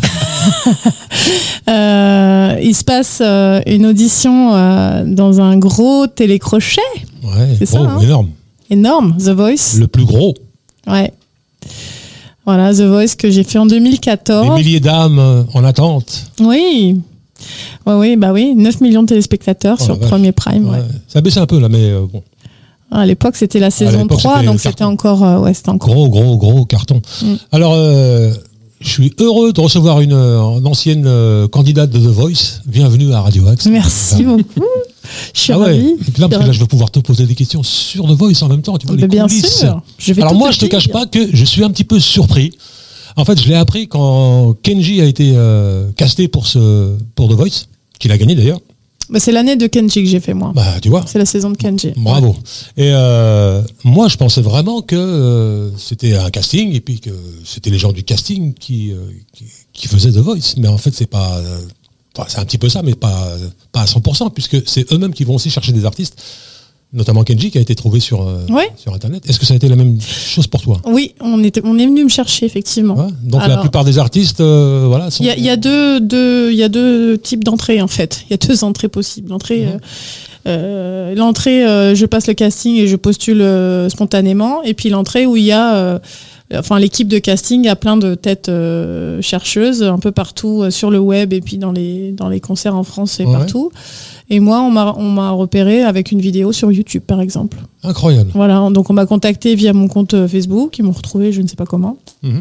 Speaker 1: Euh, il se passe euh, une audition euh, dans un gros télécrochet
Speaker 4: Ouais,
Speaker 1: C'est ça,
Speaker 4: gros,
Speaker 1: hein.
Speaker 4: énorme.
Speaker 1: énorme, The Voice.
Speaker 4: Le plus gros.
Speaker 1: Ouais. Voilà, The Voice que j'ai fait en deux mille
Speaker 4: Des
Speaker 1: quatorze.
Speaker 4: milliers d'âmes euh, en attente.
Speaker 1: Oui. Ouais, oui, bah oui, neuf millions de téléspectateurs
Speaker 4: Oh,
Speaker 1: sur
Speaker 4: la vache.
Speaker 1: Premier Prime. Ouais.
Speaker 4: Ouais. Ça a baissé un peu là, mais euh, bon.
Speaker 1: À l'époque, c'était la saison
Speaker 4: l'époque,
Speaker 1: trois,
Speaker 4: c'était
Speaker 1: donc
Speaker 4: le
Speaker 1: c'était
Speaker 4: carton.
Speaker 1: encore, euh, ouais, c'était encore.
Speaker 4: Gros, gros, gros carton.
Speaker 1: Mm.
Speaker 4: Alors, euh, je suis heureux de recevoir une, euh, une ancienne euh, candidate de The Voice. Bienvenue à Radio Axe.
Speaker 1: Merci beaucoup. Je suis
Speaker 4: Ah ouais.
Speaker 1: ravie.
Speaker 4: Et puis là, parce que là, je vais pouvoir te poser des questions sur The Voice en même temps. Tu vois,
Speaker 1: Mais
Speaker 4: les
Speaker 1: bien
Speaker 4: coulisses.
Speaker 1: sûr. Je vais
Speaker 4: Alors
Speaker 1: tout
Speaker 4: moi,
Speaker 1: te
Speaker 4: je te
Speaker 1: dire.
Speaker 4: cache pas que je suis un petit peu surpris. En fait, je l'ai appris quand Kenji a été euh, casté pour ce pour The Voice, qu'il a gagné d'ailleurs.
Speaker 1: Bah, c'est l'année de Kenji que j'ai fait, moi.
Speaker 4: Bah, tu vois.
Speaker 1: C'est la saison de Kenji.
Speaker 4: Bravo. Et euh, moi, je pensais vraiment que euh, c'était un casting et puis que c'était les gens du casting qui, euh, qui, qui faisaient The Voice. Mais en fait, c'est pas. euh, enfin, c'est un petit peu ça, mais pas, pas à cent pour cent, puisque c'est eux-mêmes qui vont aussi chercher des artistes, notamment Kenji qui a été trouvé sur, euh,
Speaker 1: Ouais.
Speaker 4: sur Internet. Est-ce que ça a été la même chose pour toi?
Speaker 1: Oui, on, était, on est venu me chercher, effectivement.
Speaker 4: Ouais. Donc la
Speaker 1: Alors,
Speaker 4: plupart des artistes, euh, voilà, sont.
Speaker 1: Il y a, il y a deux, deux, il y a deux types d'entrées, en fait. Il y a deux entrées possibles. L'entrée,
Speaker 4: Mhm.
Speaker 1: euh, euh, l'entrée euh, je passe le casting et je postule euh, spontanément. Et puis l'entrée où il y a... euh, Enfin, l'équipe de casting a plein de têtes euh, chercheuses un peu partout euh, sur le web et puis dans les dans les concerts en France et
Speaker 4: Ouais.
Speaker 1: partout. Et moi, on m'a on m'a repéré avec une vidéo sur YouTube, par exemple.
Speaker 4: Incroyable.
Speaker 1: Voilà, donc on m'a contacté via mon compte euh, Facebook, ils m'ont retrouvé, je ne sais pas comment,
Speaker 4: Mhm.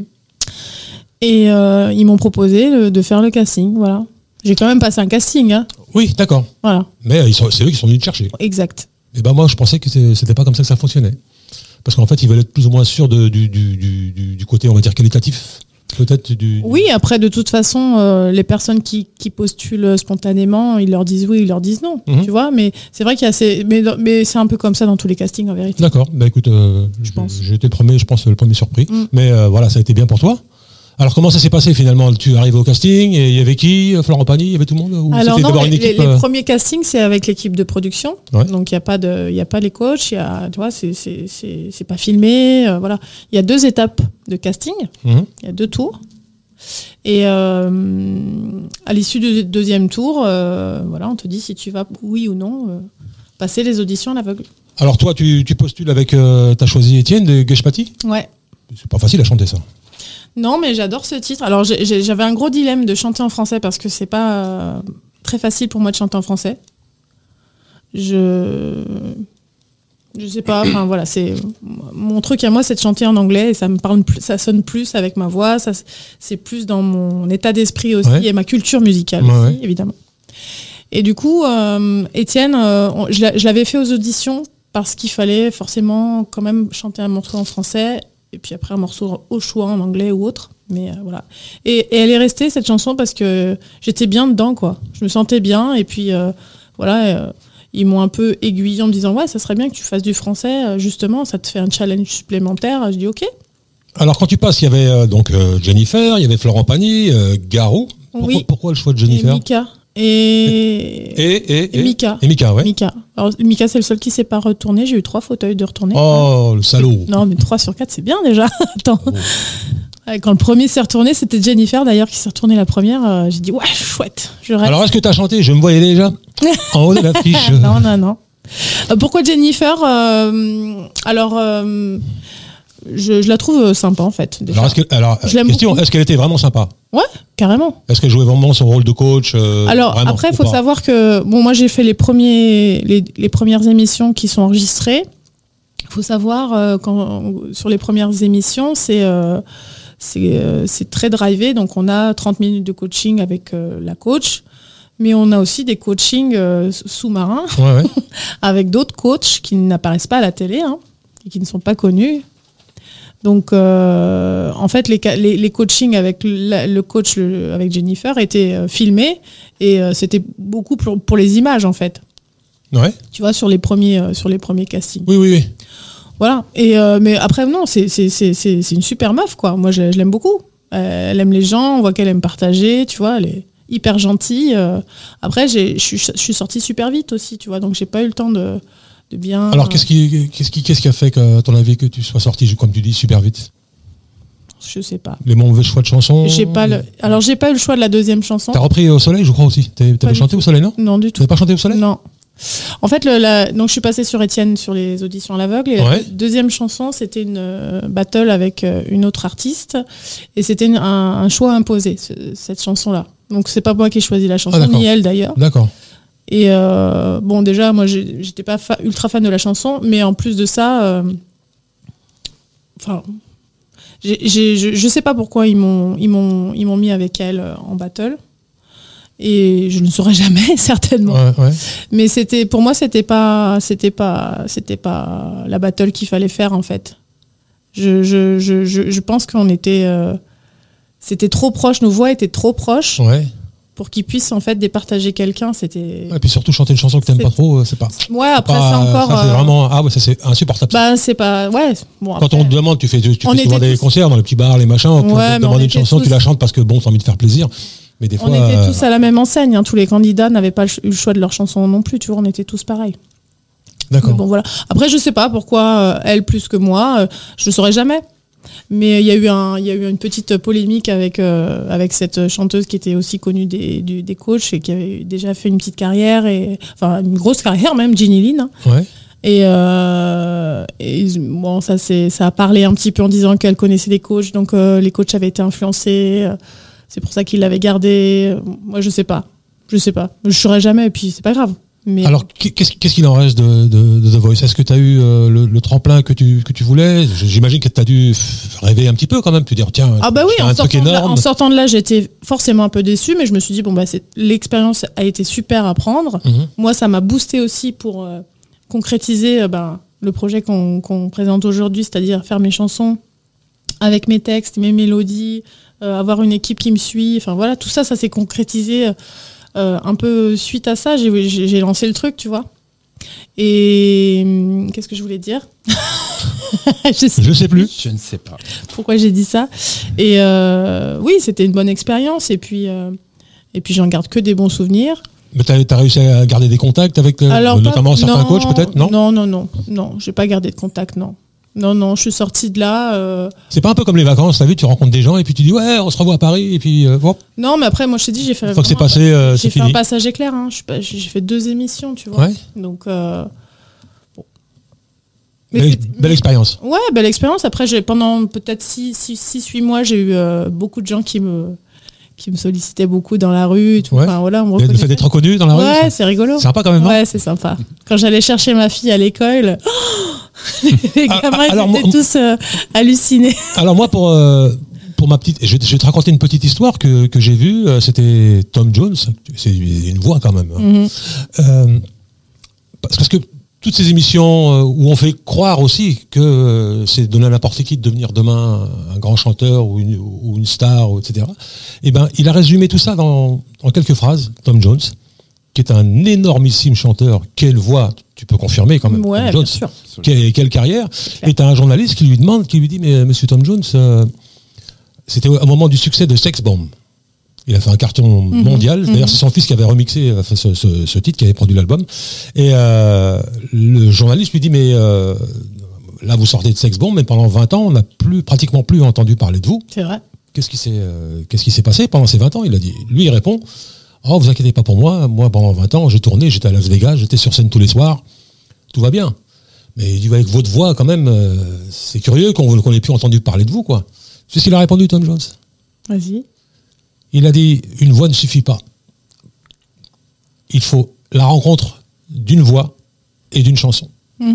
Speaker 1: et euh, ils m'ont proposé de, de faire le casting. Voilà, j'ai quand même passé un casting, hein.
Speaker 4: Oui, d'accord.
Speaker 1: Voilà,
Speaker 4: Mais euh, ils sont- c'est eux qui sont venus te chercher.
Speaker 1: exact.
Speaker 4: Et ben moi, je pensais que c'est- c'était pas comme ça que ça fonctionnait. Parce qu'en fait, ils veulent être plus ou moins sûrs de, du, du, du, du, du côté, on va dire, qualitatif. Peut-être du.
Speaker 1: Oui, après, de toute façon, euh, les personnes qui, qui postulent spontanément, ils leur disent oui, ils leur disent non,
Speaker 4: Mhm.
Speaker 1: tu vois. Mais c'est vrai qu'il y a ces, mais, mais c'est un peu comme ça dans tous les castings en vérité.
Speaker 4: D'accord. Bah écoute, euh,
Speaker 1: Je pense.
Speaker 4: j'ai été le premier, je pense, le premier surpris.
Speaker 1: Mm.
Speaker 4: Mais euh, voilà, ça a été bien pour toi. Alors comment ça s'est passé finalement? Tu arrives au casting et il y avait qui? Florent Pagny, il y avait tout le monde? Ou
Speaker 1: Alors
Speaker 4: c'était
Speaker 1: non,
Speaker 4: d'abord
Speaker 1: les,
Speaker 4: une équipe,
Speaker 1: les, les
Speaker 4: euh...
Speaker 1: premiers castings, c'est avec l'équipe de production.
Speaker 4: Ouais.
Speaker 1: Donc il n'y a pas de, il y a pas les coachs, il y a, tu vois, c'est c'est c'est c'est pas filmé, euh, voilà. Il y a deux étapes de casting, il
Speaker 4: mmh.
Speaker 1: y a deux tours. Et euh, à l'issue du deuxième tour, euh, voilà, on te dit si tu vas oui ou non euh, passer les auditions à l'aveugle.
Speaker 4: Alors toi, tu, tu postules avec, euh, t'as choisi Étienne de Geshpati?
Speaker 1: Ouais.
Speaker 4: C'est pas facile à chanter ça.
Speaker 1: Non, mais j'adore ce titre. Alors j'ai, j'ai, j'avais un gros dilemme de chanter en français parce que c'est pas euh, très facile pour moi de chanter en français. Je je sais pas. Enfin voilà, c'est mon truc à moi, c'est de chanter en anglais et ça me parle plus, ça sonne plus avec ma voix. Ça, c'est plus dans mon état d'esprit aussi
Speaker 4: ouais.
Speaker 1: et ma culture musicale
Speaker 4: ouais,
Speaker 1: aussi,
Speaker 4: ouais. évidemment.
Speaker 1: Et du coup, euh, Étienne, euh, on, je, l'a, je l'avais fait aux auditions parce qu'il fallait forcément quand même chanter un morceau en français. Et puis après un morceau au choix en anglais ou autre, mais euh, voilà. Et, et elle est restée cette chanson parce que j'étais bien dedans, quoi. Je me sentais bien et puis euh, voilà, euh, ils m'ont un peu aiguillée en me disant ouais, ça serait bien que tu fasses du français, justement, ça te fait un challenge supplémentaire. Je dis ok.
Speaker 4: Alors quand tu passes, il y avait euh, donc euh, Jennifer, il y avait Florent Pagny, euh, Garou. Pourquoi,
Speaker 1: oui.
Speaker 4: pourquoi le choix de Jennifer?
Speaker 1: Et Mika. Et...
Speaker 4: Et, et,
Speaker 1: et, et Mika.
Speaker 4: Et Mika, ouais.
Speaker 1: Mika. Alors Mika, c'est le seul qui s'est pas retourné. J'ai eu trois fauteuils de retourner.
Speaker 4: Oh, le salaud.
Speaker 1: Non, mais trois sur quatre, c'est bien déjà. Attends. Oh. Quand le premier s'est retourné, c'était Jennifer d'ailleurs qui s'est retournée la première. Euh, j'ai dit ouais, chouette. Je reste.
Speaker 4: Alors est-ce que tu as chanté? Je me voyais déjà en haut de l'affiche.
Speaker 1: Non, non, non. Euh, pourquoi Jennifer? euh, Alors. Euh, Je, je la trouve sympa en fait. Déjà.
Speaker 4: Alors, est-ce que, alors question, beaucoup. Est-ce qu'elle était vraiment sympa?
Speaker 1: Ouais, carrément.
Speaker 4: Est-ce qu'elle jouait vraiment son rôle de coach? euh,
Speaker 1: Alors
Speaker 4: vraiment,
Speaker 1: après, il faut savoir que bon, moi j'ai fait les premiers, les, les premières émissions qui sont enregistrées. Il faut savoir euh, quand sur les premières émissions, c'est euh, c'est euh, c'est très drivé. Donc on a trente minutes de coaching avec euh, la coach. Mais on a aussi des coachings euh, sous-marins
Speaker 4: ouais, ouais.
Speaker 1: avec d'autres coachs qui n'apparaissent pas à la télé hein, et qui ne sont pas connus. Donc, euh, en fait, les, les, les coachings avec le, le coach le, avec Jennifer étaient euh, filmés et euh, c'était beaucoup pour, pour les images, en fait.
Speaker 4: Ouais.
Speaker 1: Tu vois, sur les premiers, euh, sur les premiers castings.
Speaker 4: Oui, oui, oui.
Speaker 1: Voilà. Et, euh, mais après, non, c'est, c'est, c'est, c'est, c'est une super meuf, quoi. Moi, je, je l'aime beaucoup. Euh, elle aime les gens, on voit qu'elle aime partager, tu vois, elle est hyper gentille. Euh. Après, je suis, je suis sortie super vite aussi, tu vois, donc j'ai pas eu le temps de... de bien.
Speaker 4: Alors qu'est-ce qui, qu'est-ce qui, qu'est-ce qui a fait qu'à ton avis que tu sois sorti, comme tu dis, super vite?
Speaker 1: Je sais pas.
Speaker 4: Les mauvais choix de chansons.
Speaker 1: J'ai pas le. Alors j'ai pas eu le choix de la deuxième chanson.
Speaker 4: T'as repris Au Soleil, je crois aussi. T'avais chanté Au Soleil, non?
Speaker 1: Non du tout.
Speaker 4: T'avais pas chanté Au Soleil?
Speaker 1: Non. En fait, le, la... donc je suis passée sur Étienne sur les auditions à l'aveugle. Et
Speaker 4: ouais.
Speaker 1: La deuxième chanson, c'était une euh, battle avec euh, une autre artiste, et c'était une, un, un choix imposé ce, cette chanson-là. Donc c'est pas moi qui ai choisi la chanson, ah, ni elle d'ailleurs.
Speaker 4: D'accord.
Speaker 1: Et euh, bon, déjà, moi, j'étais pas fa- ultra fan de la chanson, mais en plus de ça, enfin, euh, j'ai, j'ai, je, je sais pas pourquoi ils m'ont, ils m'ont, ils m'ont mis avec elle en battle, et je ne saurais jamais certainement.
Speaker 4: Ouais, ouais.
Speaker 1: Mais c'était, pour moi, c'était pas, c'était pas, c'était pas la battle qu'il fallait faire en fait. Je, je, je, je, je pense qu'on était, euh, c'était trop proche, nos voix étaient trop proches.
Speaker 4: Ouais.
Speaker 1: Pour qu'ils puissent en fait départager quelqu'un, c'était.
Speaker 4: Et puis surtout chanter une chanson que t'aimes c'est... pas trop, c'est pas.
Speaker 1: Ouais, après
Speaker 4: c'est, pas,
Speaker 1: c'est encore.
Speaker 4: Ça, c'est vraiment ah ouais, ça c'est insupportable.
Speaker 1: Bah c'est pas ouais. Bon, après...
Speaker 4: Quand on te demande, tu fais, tu fais souvent des
Speaker 1: tous...
Speaker 4: concerts dans les petits bars, les machins. On
Speaker 1: ouais,
Speaker 4: te demande une chanson,
Speaker 1: tous...
Speaker 4: tu la chantes parce que bon, t'as envie de faire plaisir. Mais des fois.
Speaker 1: On était
Speaker 4: euh...
Speaker 1: tous à la même enseigne. Hein. Tous les candidats n'avaient pas eu le choix de leur chanson non plus. Tu vois, on était tous pareils.
Speaker 4: D'accord.
Speaker 1: Mais bon voilà. Après, je sais pas pourquoi euh, elle plus que moi. Euh, je le saurais jamais. Mais il y a eu un, il y a eu une petite polémique avec euh, avec cette chanteuse qui était aussi connue des, du, des coachs et qui avait déjà fait une petite carrière et enfin une grosse carrière même, Ginny Lynn. Hein.
Speaker 4: Ouais.
Speaker 1: Et, euh, et bon, ça c'est, ça a parlé un petit peu en disant qu'elle connaissait des coachs, donc euh, les coachs avaient été influencés. Euh, c'est pour ça qu'ils l'avaient gardée. Moi, je sais pas, je sais pas, je saurais jamais. Et puis c'est pas grave. Mais...
Speaker 4: Alors, qu'est-ce, qu'est-ce qu'il en reste de, de, de The Voice? Est-ce que tu as eu euh, le, le tremplin que tu, que tu voulais? J'imagine que tu as dû rêver un petit peu quand même, te dire tiens,
Speaker 1: ah bah oui,
Speaker 4: un truc énorme.
Speaker 1: Là, en sortant de là, j'étais forcément un peu déçue, mais je me suis dit, bon, bah, c'est, l'expérience a été super à prendre. Mm-hmm. Moi, ça m'a boosté aussi pour euh, concrétiser euh, ben, le projet qu'on, qu'on présente aujourd'hui, c'est-à-dire faire mes chansons avec mes textes, mes mélodies, euh, avoir une équipe qui me suit. Enfin voilà, tout ça, ça s'est concrétisé. Euh, Euh, un peu suite à ça, j'ai, j'ai, j'ai lancé le truc, tu vois. Et hum, qu'est-ce que je voulais dire? je, sais
Speaker 4: Je sais plus.
Speaker 3: Je ne sais pas.
Speaker 1: pourquoi j'ai dit ça. Et euh, oui, c'était une bonne expérience. Et puis, euh, et puis j'en garde que des bons souvenirs.
Speaker 4: Mais t'as, t'as réussi à garder des contacts avec euh,
Speaker 1: Alors,
Speaker 4: notamment
Speaker 1: pas-
Speaker 4: certains
Speaker 1: non,
Speaker 4: coachs peut-être, non,
Speaker 1: Non, non, non, non. J'ai pas gardé de contact, non. Non, non, je suis sortie de là. euh,
Speaker 4: C'est pas un peu comme les vacances, t'as vu, tu rencontres des gens et puis tu dis ouais, on se revoit à Paris et puis euh, hop,
Speaker 1: Non, mais après, moi, je t'ai dit, j'ai fait.
Speaker 4: une fois que c'est
Speaker 1: vraiment-
Speaker 4: passé, euh,
Speaker 1: j'ai
Speaker 4: c'est
Speaker 1: fait
Speaker 4: fini.
Speaker 1: un passage éclair. Hein. Je suis pas- J'ai fait deux émissions, tu vois.
Speaker 4: Ouais.
Speaker 1: Donc. Euh, bon. Mais
Speaker 4: Belle,
Speaker 1: c'est-
Speaker 4: belle expérience.
Speaker 1: Ouais, belle expérience. Après, j'ai pendant peut-être six huit mois, j'ai eu euh, beaucoup de gens qui me qui me sollicitaient beaucoup dans la rue. et Tout.
Speaker 4: Ouais.
Speaker 1: Enfin, voilà, on me
Speaker 4: Le fait
Speaker 1: reconnaissait.
Speaker 4: d'être reconnu dans la rue,
Speaker 1: Ouais,
Speaker 4: c'est
Speaker 1: c'est rigolo.
Speaker 4: sympa quand même, non?
Speaker 1: Ouais, c'est sympa. Quand j'allais chercher ma fille à l'école, les
Speaker 4: Ah,
Speaker 1: gamins
Speaker 4: ah, alors,
Speaker 1: ils étaient
Speaker 4: moi-
Speaker 1: tous euh, hallucinés.
Speaker 4: Alors moi, pour euh, pour ma petite, je vais, je vais te raconter une petite histoire que que j'ai vue. euh, C'était Tom Jones. C'est une voix quand même.
Speaker 1: Mhm.
Speaker 4: Euh, parce parce que toutes ces émissions euh, où on fait croire aussi que euh, c'est donné à n'importe qui de devenir demain un grand chanteur ou une, ou une star, ou et cetera. Eh ben, il a résumé tout ça dans, dans quelques phrases. Tom Jones, qui est un énormissime chanteur, quelle voix, tu peux confirmer quand même.
Speaker 1: Ouais,
Speaker 4: Tom
Speaker 1: bien
Speaker 4: Jones,
Speaker 1: sûr.
Speaker 4: quelle, quelle carrière. Et t'as un journaliste qui lui demande, qui lui dit, mais Monsieur Tom Jones, euh, c'était au moment du succès de Sex Bomb. Il a fait un carton mondial.
Speaker 1: mhm.
Speaker 4: D'ailleurs, c'est son fils qui avait remixé euh, ce, ce- ce titre, qui avait produit l'album. Et euh, le journaliste lui dit, mais euh, là, vous sortez de Sex Bomb, mais pendant vingt ans, on n'a plus, pratiquement plus entendu parler de vous.
Speaker 1: C'est vrai.
Speaker 4: Qu'est-ce qui s'est, euh, qu'est-ce qui s'est passé pendant ces vingt ans? Il a dit. Lui, il répond, oh, vous inquiétez pas pour moi. Moi, pendant vingt ans, j'ai tourné, j'étais à Las Vegas, j'étais sur scène tous les soirs. Tout va bien. Mais il dit, avec votre voix, quand même, euh, c'est curieux qu'on qu'on ait plus entendu parler de vous, quoi. Tu sais ce qu'il a répondu, Tom Jones?
Speaker 1: Vas-y.
Speaker 4: Il a dit, une voix ne suffit pas. Il faut la rencontre d'une voix et d'une chanson.
Speaker 1: Mm.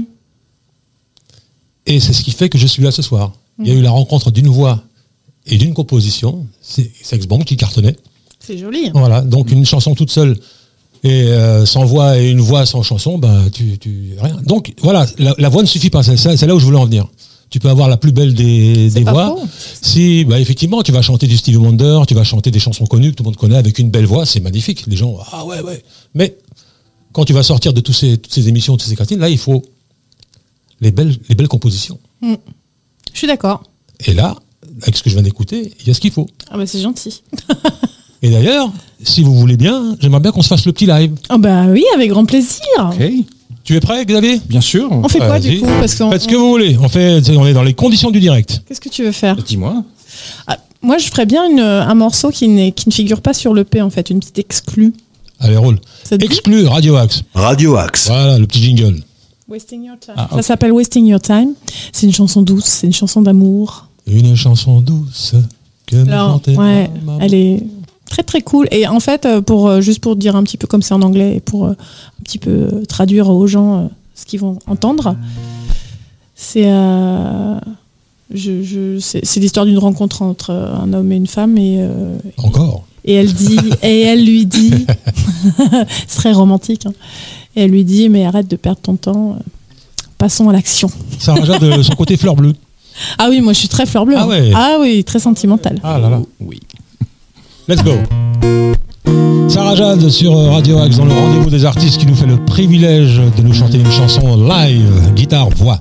Speaker 4: Et c'est ce qui fait que je suis là ce soir. Il y a eu la rencontre d'une voix et d'une composition. C'est Sex Bomb qui cartonnait.
Speaker 1: C'est joli. hein.
Speaker 4: Voilà, donc une chanson toute seule et euh, sans voix et une voix sans chanson, ben tu, tu rien. Donc voilà, la, la voix ne suffit pas. C'est, ça- c'est là où je voulais en venir. Tu peux avoir la plus belle des,
Speaker 1: C'est
Speaker 4: des
Speaker 1: pas
Speaker 4: voix.
Speaker 1: faux.
Speaker 4: Si, bah effectivement, tu vas chanter du Stevie Wonder, tu vas chanter des chansons connues que tout le monde connaît avec une belle voix, c'est magnifique. Les gens, ah ouais, ouais. Mais quand tu vas sortir de tous ces, toutes ces émissions, toutes ces cantines, là, il faut les belles, les belles compositions.
Speaker 1: Je suis d'accord.
Speaker 4: Et là, avec ce que je viens d'écouter, il y a ce qu'il faut.
Speaker 1: Ah bah c'est gentil.
Speaker 4: Et d'ailleurs, si vous voulez bien, j'aimerais bien qu'on se fasse le petit live.
Speaker 1: Ah bah oui, avec grand plaisir.
Speaker 3: Ok,
Speaker 4: Tu es prêt, Xavier?
Speaker 3: bien sûr.
Speaker 1: On fait quoi
Speaker 4: Vas-y.
Speaker 1: du coup? Parce qu'on,
Speaker 4: Faites ce que vous voulez. On fait, on est dans les conditions du direct.
Speaker 1: Qu'est-ce que tu veux faire?
Speaker 3: Dis-moi.
Speaker 1: Ah, moi, je ferais bien une, un morceau qui, n'est, qui ne figure pas sur l'E P, en fait, une petite exclue.
Speaker 4: Allez, roule.
Speaker 1: Ça te dit?
Speaker 4: Exclu Radio Axe.
Speaker 2: Radio Axe.
Speaker 4: Voilà, le petit jingle.
Speaker 1: Wasting Your Time.
Speaker 3: Ah,
Speaker 1: Ça
Speaker 3: ok.
Speaker 1: s'appelle Wasting Your Time. C'est une chanson douce, c'est une chanson d'amour.
Speaker 4: Une chanson douce que me
Speaker 1: Alors,
Speaker 4: chantait
Speaker 1: ouais,
Speaker 4: ma maman.
Speaker 1: elle est très très cool. Et en fait, euh, pour euh, juste pour dire un petit peu comme c'est en anglais et pour euh, un petit peu euh, traduire aux gens euh, ce qu'ils vont entendre, c'est euh, je, je, c'est, c'est l'histoire d'une rencontre entre un homme et une femme et euh,
Speaker 4: Encore.
Speaker 1: et elle dit et elle lui dit c'est très romantique hein. Et elle lui dit mais arrête de perdre ton temps, euh, passons à l'action.
Speaker 4: Ça rajoute de son côté fleur bleue.
Speaker 1: Ah oui, moi je suis très fleur bleue.
Speaker 4: Ah
Speaker 1: hein.
Speaker 4: ouais.
Speaker 1: Ah oui, très sentimentale.
Speaker 4: Ah là là.
Speaker 3: Oui.
Speaker 4: Let's go. Sarah Jade sur Radio Axe dans le rendez-vous des artistes qui nous fait le privilège de nous chanter une chanson live, guitare, voix.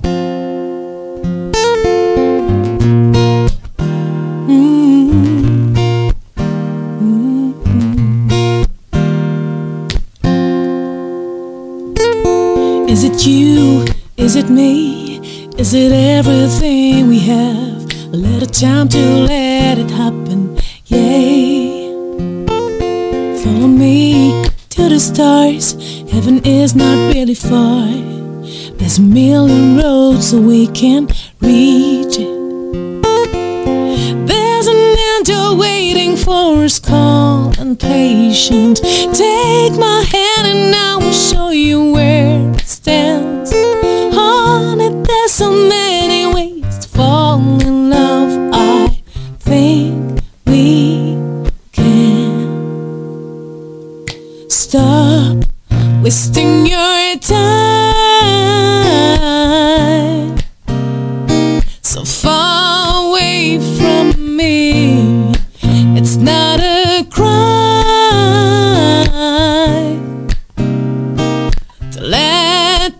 Speaker 5: Is it you? Is it me? Is it everything we have? A little time to let it happen, yay. Follow me to the stars. Heaven is not really far. There's a million roads so we can reach it. There's an angel waiting for us, calm and patient. Take my hand and I will show you where it stands. On it, there's so many ways to fall in love. I think we can. Stop wasting your time so far away from me. It's not a crime to let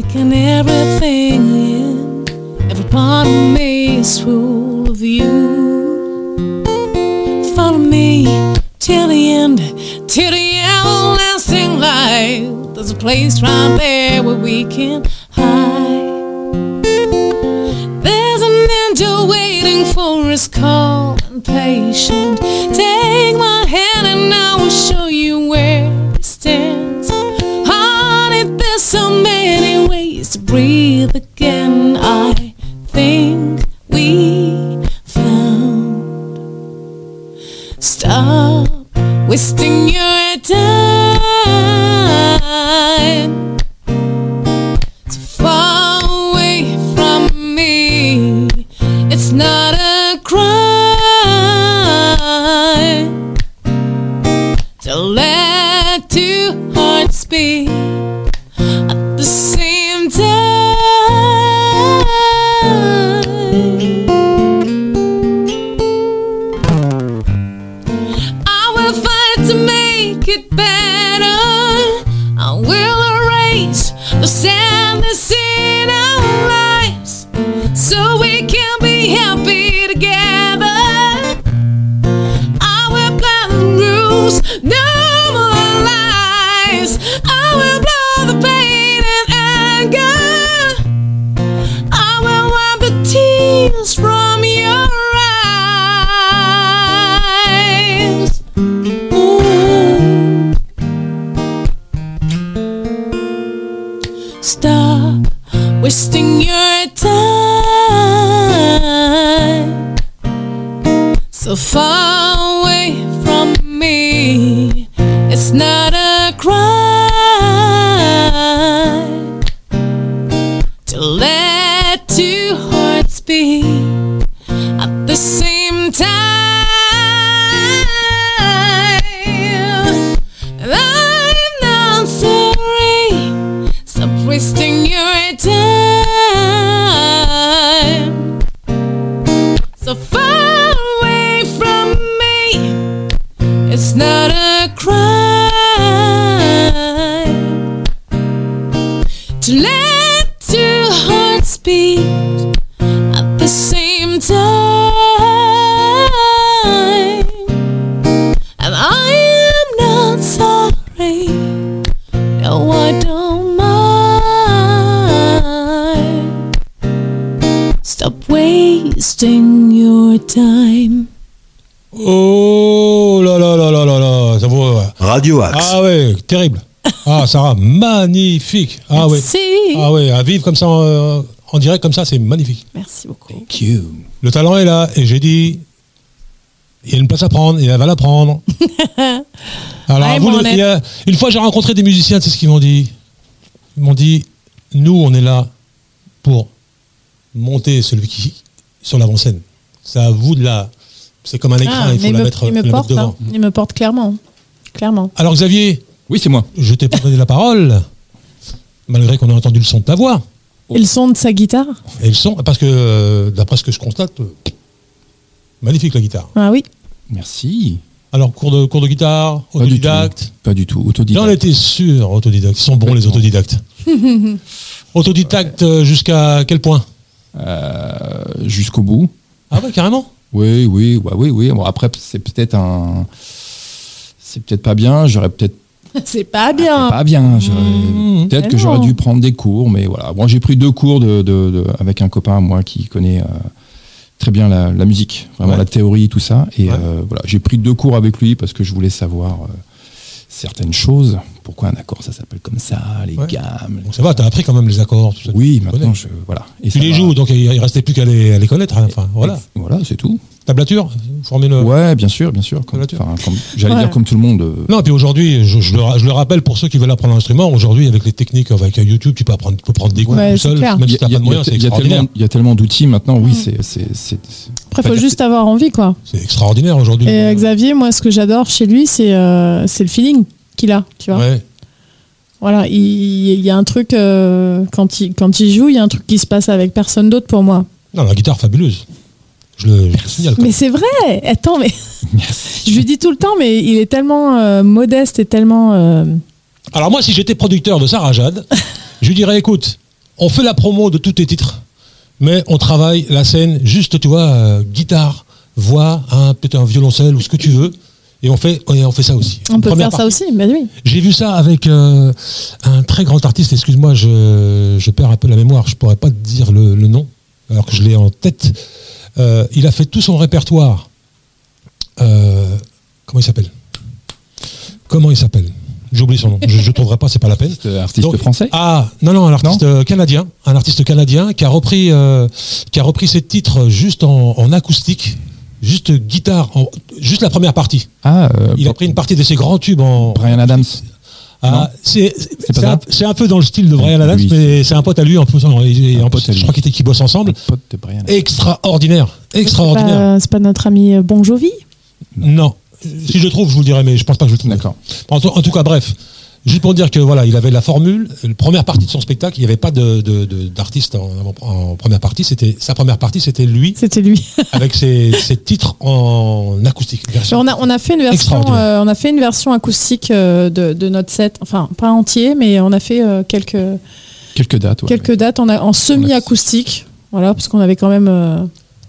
Speaker 5: taking everything in. Every part of me is full of you. Follow me till the end, till the everlasting light. There's a place right there where we can hide. There's an angel waiting for his call and patient. Take my hand and I will show you where it stands. Honey, there's so many ways to breathe again. I think we found. Stop wasting your time. So far away from me, it's not a crime to let two hearts beat at the same time. I will fight to make it better. I will erase the sadness in our lives so we can be happy together. I will play the rules, no more lies. I will blow the pain and anger. I will wipe the tears from your eyes. Ooh. Stop wasting your time. So far away from me, it's not a crime to let two hearts beat at the same time. And I'm not sorry. Stop wasting your time. So far away from me, it's not a crime to let two hearts beat at the same time. And I am not sorry. No, I don't mind. Stop wasting your time.
Speaker 4: Oh là là là là là là, ça vaut.
Speaker 2: Radio Axe.
Speaker 4: Ah ouais, terrible. Ah Sarah, magnifique. Ah ouais.
Speaker 1: Merci.
Speaker 4: Ah ouais, à vivre comme ça en, en direct comme ça, c'est magnifique.
Speaker 1: Merci beaucoup.
Speaker 4: Le talent est là et j'ai dit, il y a une place à prendre et elle va la prendre. Alors,
Speaker 1: Ouais,
Speaker 4: vous,
Speaker 1: mon
Speaker 4: le-
Speaker 1: honnête.
Speaker 4: il y a- une fois j'ai rencontré des musiciens, c'est ce qu'ils m'ont dit. Ils m'ont dit, nous on est là pour monter celui qui sur l'avant-scène. C'est à vous de la. C'est comme un écran,
Speaker 1: Ah,
Speaker 4: il faut
Speaker 1: mais
Speaker 4: la
Speaker 1: me-
Speaker 4: mettre,
Speaker 1: il me
Speaker 4: la mettre
Speaker 1: porte,
Speaker 4: devant.
Speaker 1: hein. Il me porte clairement. Clairement.
Speaker 4: Alors Xavier,
Speaker 3: Oui, c'est moi.
Speaker 4: je t'ai pas donné la parole, malgré qu'on ait entendu le son de ta voix.
Speaker 1: Et le son de sa guitare?
Speaker 4: Et le son, parce que euh, d'après ce que je constate, euh, magnifique la guitare.
Speaker 1: Ah oui.
Speaker 3: Merci.
Speaker 4: Alors cours de cours de guitare,
Speaker 3: Pas du tout.
Speaker 4: autodidacte.
Speaker 3: Pas du tout.
Speaker 4: J'en
Speaker 3: Autodidacte.
Speaker 4: étais sûr, autodidacte. Ils sont bons les autodidactes. Autodidacte euh, jusqu'à quel point?
Speaker 3: Euh, jusqu'au bout.
Speaker 4: Ah ouais, carrément.
Speaker 3: Oui, oui, ouais, oui, oui. Bon, après, c'est peut-être un. C'est peut-être pas bien. J'aurais peut-être
Speaker 1: C'est pas bien.
Speaker 3: pas bien. J'aurais-
Speaker 4: Mmh.
Speaker 3: Peut-être
Speaker 1: Mais
Speaker 3: que j'aurais
Speaker 1: non.
Speaker 3: dû prendre des cours, mais voilà. Moi, j'ai pris deux cours de, de- de- avec un copain à moi qui connaît euh, très bien la, la musique, vraiment
Speaker 4: Ouais.
Speaker 3: la théorie, tout ça. Et
Speaker 4: Ouais.
Speaker 3: euh, voilà, j'ai pris deux cours avec lui parce que je voulais savoir euh, certaines choses. Pourquoi un accord ça s'appelle comme ça, les
Speaker 4: Ouais.
Speaker 3: gammes.
Speaker 4: Bon, ça va, t'as appris quand même les accords, tout ça.
Speaker 3: Oui,
Speaker 4: Tu
Speaker 3: maintenant
Speaker 4: connais.
Speaker 3: je voilà. Et
Speaker 4: Tu
Speaker 3: ça
Speaker 4: les
Speaker 3: va.
Speaker 4: joues, donc il il restait plus qu'à les, à les connaître. hein. Enfin, voilà.
Speaker 3: Ex- Voilà, c'est tout.
Speaker 4: Tablature, formule.
Speaker 3: Ouais, bien sûr, bien sûr. Comme,
Speaker 4: Tablature.
Speaker 3: enfin, comme- J'allais
Speaker 1: Ouais.
Speaker 3: dire comme tout le monde. euh,
Speaker 4: Non, et puis aujourd'hui, je, je le, ra- je le rappelle pour ceux qui veulent apprendre un instrument, aujourd'hui, avec les techniques, avec YouTube, tu peux apprendre, tu peux prendre des cours
Speaker 1: Ouais,
Speaker 4: tout
Speaker 1: c'est
Speaker 4: seul,
Speaker 1: clair.
Speaker 4: même
Speaker 3: Il y
Speaker 4: si
Speaker 3: a,
Speaker 4: t'as
Speaker 3: il y a-
Speaker 4: pas de moyens,
Speaker 3: il
Speaker 4: c'est
Speaker 3: y a
Speaker 4: extraordinaire.
Speaker 3: tellement, il y a tellement d'outils maintenant. Oui,
Speaker 1: Mm.
Speaker 3: c'est, c'est, c'est- c'est-
Speaker 1: Après,
Speaker 3: pas
Speaker 1: faut
Speaker 3: dire
Speaker 1: juste
Speaker 3: que-
Speaker 1: avoir envie, quoi.
Speaker 4: C'est extraordinaire aujourd'hui.
Speaker 1: Et euh, Xavier, moi, ce que j'adore chez lui, c'est euh, c'est le feeling qu'il a, tu vois.
Speaker 4: Ouais.
Speaker 1: Voilà, il, il y a un truc, euh, quand, il, quand il joue, il y a un truc qui se passe avec personne d'autre pour moi.
Speaker 4: Non, la guitare fabuleuse. Je le, je le signale. quand
Speaker 1: Mais
Speaker 4: même.
Speaker 1: c'est vrai. Attends, mais
Speaker 3: Merci.
Speaker 1: je lui dis tout le temps, mais il est tellement euh, modeste et tellement. euh,
Speaker 4: Alors moi, si j'étais producteur de Sarah Jade, je lui dirais, écoute, on fait la promo de tous tes titres, mais on travaille la scène juste, tu vois, euh, guitare, voix, hein, peut-être un violoncelle ou ce que tu veux. Et on fait, et on fait ça aussi.
Speaker 1: On peut
Speaker 4: Première
Speaker 1: faire ça
Speaker 4: partie.
Speaker 1: aussi, ben oui.
Speaker 4: J'ai vu ça avec euh, un très grand artiste, excuse-moi, je, je perds un peu la mémoire, je pourrais pas te dire le, le nom, alors que je l'ai en tête. Euh, il a fait tout son répertoire. Euh, comment il s'appelle Comment il s'appelle J'oublie son nom, je ne trouverai pas, c'est pas la peine.
Speaker 3: Artiste
Speaker 4: Donc,
Speaker 3: français
Speaker 4: Ah, non, non, un artiste non canadien, un artiste canadien qui a repris, euh, qui a repris ses titres juste en, en acoustique. Juste guitare, en, juste la première partie.
Speaker 3: Ah, euh,
Speaker 4: il a pris une partie de ses grands tubes en.
Speaker 3: Brian Adams.
Speaker 4: Ah, c'est c'est,
Speaker 3: c'est,
Speaker 4: un, c'est un peu dans le style de Brian Adams,
Speaker 3: lui,
Speaker 4: mais c'est un pote à lui. En plus, en, en,
Speaker 3: pote
Speaker 4: je crois qu'ils bossent ensemble.
Speaker 3: Pote de Brian.
Speaker 4: Extraordinaire, extraordinaire.
Speaker 1: C'est pas, c'est pas notre ami Bon Jovi?
Speaker 4: Non. Si je le trouve, je vous le dirai, mais je pense pas que je le trouve.
Speaker 3: D'accord.
Speaker 4: En, en tout cas, bref. Juste pour dire que voilà, il avait la formule. La première partie de son spectacle, il n'y avait pas de, de, de, d'artiste en, en première partie. C'était sa première partie, c'était lui.
Speaker 1: C'était lui.
Speaker 4: Avec ses, ses titres en acoustique.
Speaker 1: On a on a fait une version euh, on a fait une version acoustique euh, de, de notre set. Enfin, pas entier, mais on a fait euh, quelques
Speaker 3: quelques dates. Ouais,
Speaker 1: quelques
Speaker 3: ouais.
Speaker 1: dates en, a, en semi-acoustique. Voilà, parce qu'on avait quand même. Euh,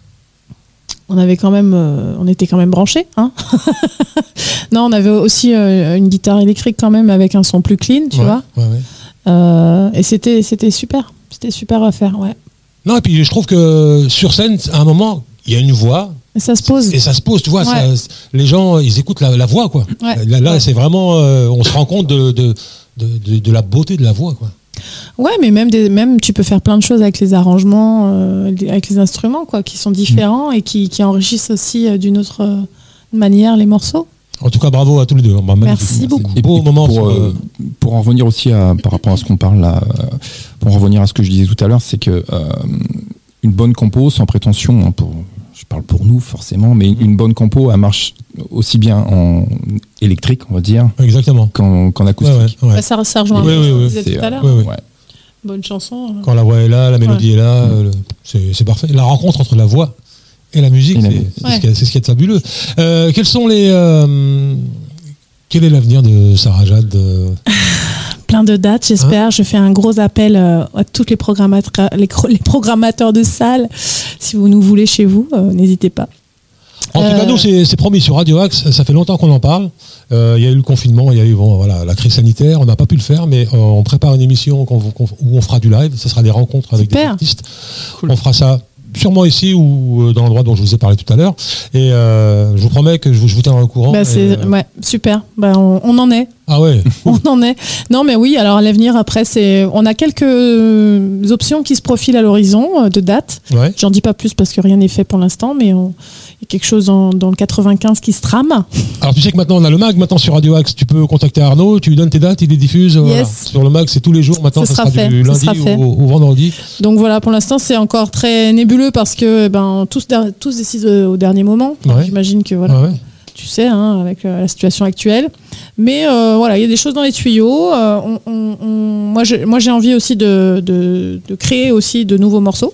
Speaker 1: On avait quand même, euh, on était quand même branchés, hein. Non, on avait aussi euh, une guitare électrique quand même avec un son plus clean, tu
Speaker 4: ouais,
Speaker 1: vois.
Speaker 4: Ouais, ouais.
Speaker 1: Euh, et c'était, c'était super, c'était super à faire, ouais.
Speaker 4: Non, et puis je trouve que sur scène, à un moment, il y a une voix.
Speaker 1: Et ça se pose.
Speaker 4: Et ça se pose, tu vois.
Speaker 1: Ouais.
Speaker 4: Ça, les gens, ils écoutent la, la voix, quoi.
Speaker 1: Ouais.
Speaker 4: Là, là
Speaker 1: ouais.
Speaker 4: c'est vraiment, euh, on se rend compte de, de, de, de, de la beauté de la voix, quoi.
Speaker 1: Ouais, mais même, des, même tu peux faire plein de choses avec les arrangements, euh, avec les instruments, quoi, qui sont différents mmh. et qui, qui enrichissent aussi euh, d'une autre euh, manière les morceaux.
Speaker 4: En tout cas, bravo à tous les deux. Bah,
Speaker 1: Merci beaucoup.
Speaker 3: Et,
Speaker 4: beau
Speaker 3: et
Speaker 4: moment
Speaker 3: pour,
Speaker 4: sur,
Speaker 3: euh, pour en revenir aussi à, par rapport à ce qu'on parle là, euh, pour en revenir à ce que je disais tout à l'heure, c'est que euh, une bonne compo, sans prétention, hein, pour, je parle pour nous forcément, mais une bonne compo, elle marche aussi bien en électrique, on va dire,
Speaker 4: exactement,
Speaker 3: qu'en, qu'en acoustique.
Speaker 4: Ouais, ouais, ouais.
Speaker 1: Bah, ça, ça rejoint
Speaker 4: oui,
Speaker 1: ce
Speaker 4: oui,
Speaker 1: que
Speaker 4: oui.
Speaker 1: vous disiez tout à l'heure.
Speaker 4: Oui, oui.
Speaker 3: Ouais.
Speaker 1: Bonne chanson.
Speaker 4: Quand la voix est là, la mélodie
Speaker 1: ouais.
Speaker 4: est là, euh, c'est, c'est parfait. La rencontre entre la voix et la musique, et la... c'est, c'est, ouais. ce qui est, c'est ce qui est de fabuleux. Euh, quels sont les euh, quel est l'avenir de Sarah Jade euh...
Speaker 1: Plein de dates, j'espère. Hein je fais un gros appel euh, à tous les programmateurs, les, les programmateurs de salles. Si vous nous voulez chez vous, euh, n'hésitez pas.
Speaker 4: En tout cas, nous, c'est, c'est promis sur Radio Axe. Ça fait longtemps qu'on en parle. Il euh, y a eu le confinement, il y a eu bon, voilà, la crise sanitaire. On n'a pas pu le faire, mais euh, on prépare une émission qu'on, qu'on, où on fera du live. Ce sera des rencontres avec Super. Des artistes. Cool. On fera ça sûrement ici ou dans l'endroit dont je vous ai parlé tout à l'heure. Et euh, je vous promets que je vous, je vous tiendrai au courant.
Speaker 1: Bah c'est,
Speaker 4: et, euh...
Speaker 1: ouais, super. Bah on, on en est.
Speaker 4: Ah ouais.
Speaker 1: On en est. Non, mais oui. Alors à l'avenir, après, c'est, on a quelques options qui se profilent à l'horizon de date.
Speaker 4: Ouais.
Speaker 1: J'en dis pas plus parce que rien n'est fait pour l'instant, mais on... il y a quelque chose dans, dans le quatre-vingt-quinze qui se trame.
Speaker 4: Alors tu sais que maintenant on a le mag maintenant sur Radio Axe. Tu peux contacter Arnaud, tu lui donnes tes dates, il les diffuse.
Speaker 1: Yes.
Speaker 4: Voilà. Sur le mag, c'est tous les jours. Maintenant, ça, ça sera,
Speaker 1: sera
Speaker 4: du lundi au, au vendredi.
Speaker 1: Donc voilà, pour l'instant, c'est encore très nébuleux parce que ben tous, tous décident au dernier moment.
Speaker 4: Ouais.
Speaker 1: J'imagine que voilà.
Speaker 4: Ouais, ouais.
Speaker 1: Tu sais, hein, avec euh, la situation actuelle. Mais euh, voilà, il y a des choses dans les tuyaux. Euh, on, on, on, moi, je, moi, j'ai envie aussi de, de, de créer aussi de nouveaux morceaux.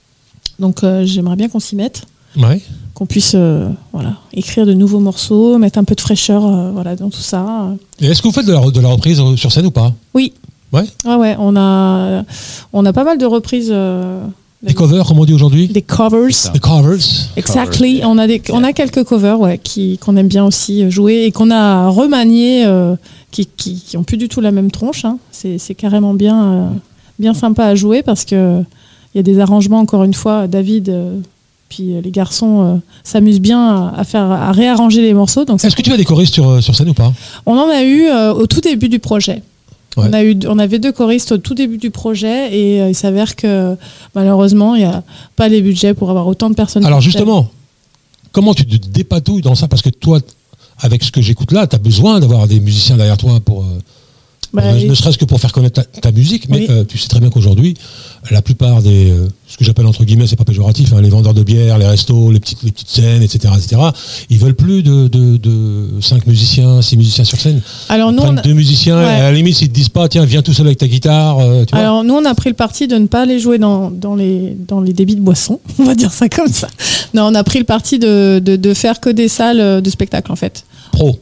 Speaker 1: Donc, euh, j'aimerais bien qu'on s'y mette.
Speaker 4: Ouais.
Speaker 1: Qu'on puisse euh, voilà, écrire de nouveaux morceaux, mettre un peu de fraîcheur euh, voilà, dans tout ça.
Speaker 4: Et est-ce que vous faites de la, de la reprise sur scène ou pas ?
Speaker 1: Oui.
Speaker 4: Ouais.
Speaker 1: Ah ouais, on a, on a pas mal de reprises. Euh,
Speaker 4: des covers, comme on dit aujourd'hui ?
Speaker 1: Des covers.
Speaker 4: Des covers.
Speaker 1: Exactly. On a, des, on a quelques covers ouais, qui, qu'on aime bien aussi jouer et qu'on a remaniés, euh, qui, qui, qui ont plus du tout la même tronche. Hein. C'est, c'est carrément bien, euh, bien sympa à jouer parce que il y a des arrangements, encore une fois, David... Euh, puis les garçons euh, s'amusent bien à faire, à réarranger les morceaux. Donc
Speaker 4: est-ce que tu as des choristes sur, sur scène ou pas ?
Speaker 1: On en a eu euh, au tout début du projet.
Speaker 4: Ouais.
Speaker 1: On, a eu, on avait deux choristes au tout début du projet et euh, il s'avère que malheureusement il n'y a pas les budgets pour avoir autant de personnes.
Speaker 4: Alors justement, comment tu te dépatouilles dans ça ? Parce que toi, avec ce que j'écoute là, tu as besoin d'avoir des musiciens derrière toi pour... Euh... Bah, ne, ne serait-ce que pour faire connaître ta, ta musique, mais oui. euh, tu sais très bien qu'aujourd'hui, la plupart des, euh, ce que j'appelle entre guillemets, c'est pas péjoratif, hein, les vendeurs de bière, les restos, les petites, les petites scènes, et cetera, et cetera, ils veulent plus de, de, de cinq musiciens, six musiciens sur scène.
Speaker 1: Alors
Speaker 4: ils
Speaker 1: nous,
Speaker 4: prennent
Speaker 1: on a...
Speaker 4: deux musiciens,
Speaker 1: ouais.
Speaker 4: et à la limite, ils te disent pas, tiens, viens tout seul avec ta guitare. Euh, tu
Speaker 1: Alors
Speaker 4: vois
Speaker 1: nous, on a pris le parti de ne pas les jouer dans, dans, les, dans les débits de boissons, on va dire ça comme ça. Non, on a pris le parti de, de, de faire que des salles de spectacle en fait.
Speaker 4: Pro.
Speaker 1: Ou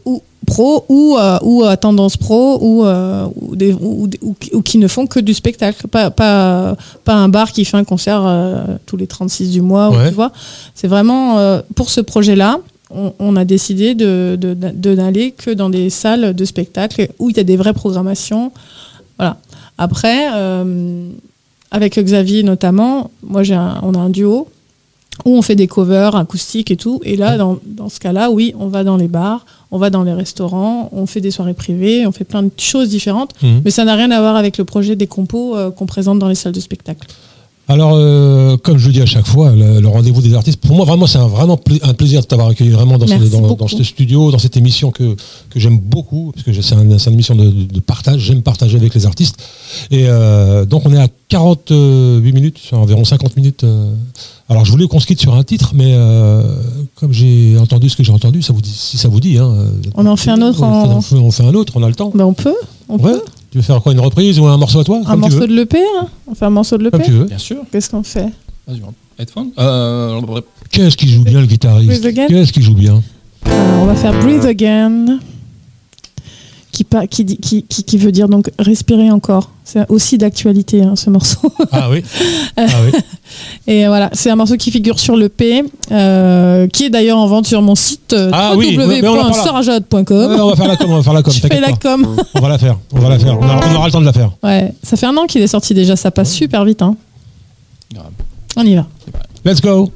Speaker 1: pro ou euh, ou à tendance pro ou euh, ou, des, ou, ou, ou qui ne font que du spectacle, pas pas pas un bar qui fait un concert euh, tous les trente-six du mois,
Speaker 4: Ouais.
Speaker 1: ou, tu vois. C'est vraiment euh, pour ce projet-là, on, on a décidé de, de, de n'aller que dans des salles de spectacle où il y a des vraies programmations. Voilà. Après, euh, avec Xavier notamment, moi j'ai un, on a un duo où on fait des covers acoustiques et tout. Et là, dans, dans ce cas-là, oui, on va dans les bars, on va dans les restaurants, on fait des soirées privées, on fait plein de choses différentes.
Speaker 4: Mmh.
Speaker 1: Mais ça n'a rien à voir avec le projet des compos euh, qu'on présente dans les salles de spectacle.
Speaker 4: Alors, euh, comme je le dis à chaque fois, le, le rendez-vous des artistes, pour moi, vraiment, c'est un, vraiment pla- un plaisir de t'avoir accueilli vraiment dans, ce,
Speaker 1: Merci
Speaker 4: dans,
Speaker 1: beaucoup.
Speaker 4: dans ce studio, dans cette émission que, que j'aime beaucoup, parce que je- c'est, un, c'est une émission de, de, de partage, j'aime partager avec les artistes. Et euh, donc, on est à quarante-huit minutes, sur environ cinquante minutes. Euh. Alors, je voulais qu'on se quitte sur un titre, mais euh, comme j'ai entendu ce que j'ai entendu, ça vous dit, si ça vous dit... Hein,
Speaker 1: On en fait un autre
Speaker 4: on,
Speaker 1: en-
Speaker 4: fait, on fait un autre, on a le temps.
Speaker 1: Ben, on peut, on
Speaker 4: Ouais.
Speaker 1: peut.
Speaker 4: Tu veux faire quoi, une reprise ou un morceau à toi
Speaker 1: Un
Speaker 4: comme tu
Speaker 1: morceau
Speaker 4: veux.
Speaker 1: de l'E P, hein. On fait un morceau de l'E P.
Speaker 4: Comme tu veux.
Speaker 3: Bien sûr.
Speaker 1: Qu'est-ce qu'on fait?
Speaker 3: Vas-y, headphone. Euh,
Speaker 4: Qu'est-ce qui joue bien le guitariste?
Speaker 1: Breathe Again.
Speaker 4: Qu'est-ce qui joue bien?
Speaker 1: Euh, on va faire Breathe Again, qui, pa- qui, dit- qui, qui, qui veut dire donc respirer encore. C'est aussi d'actualité, hein, ce morceau.
Speaker 4: Ah oui. Ah oui.
Speaker 1: Et voilà, c'est un morceau qui figure sur l'E P, euh, qui est d'ailleurs en vente sur mon site euh,
Speaker 4: Ah oui, mais-
Speaker 1: w w w
Speaker 4: mais on en
Speaker 1: point
Speaker 4: parlera.
Speaker 1: sarajade point com.
Speaker 4: Ouais, on va faire la com, on va faire la com.
Speaker 1: Je fais
Speaker 4: t'inquiète
Speaker 1: la
Speaker 4: pas.
Speaker 1: com.
Speaker 4: On va la faire, on va la faire. On, a- on aura le temps de la faire.
Speaker 1: Ouais, ça fait un an qu'il est sorti déjà, ça passe super vite. Hein.
Speaker 3: Grave.
Speaker 1: On y va.
Speaker 4: Let's go.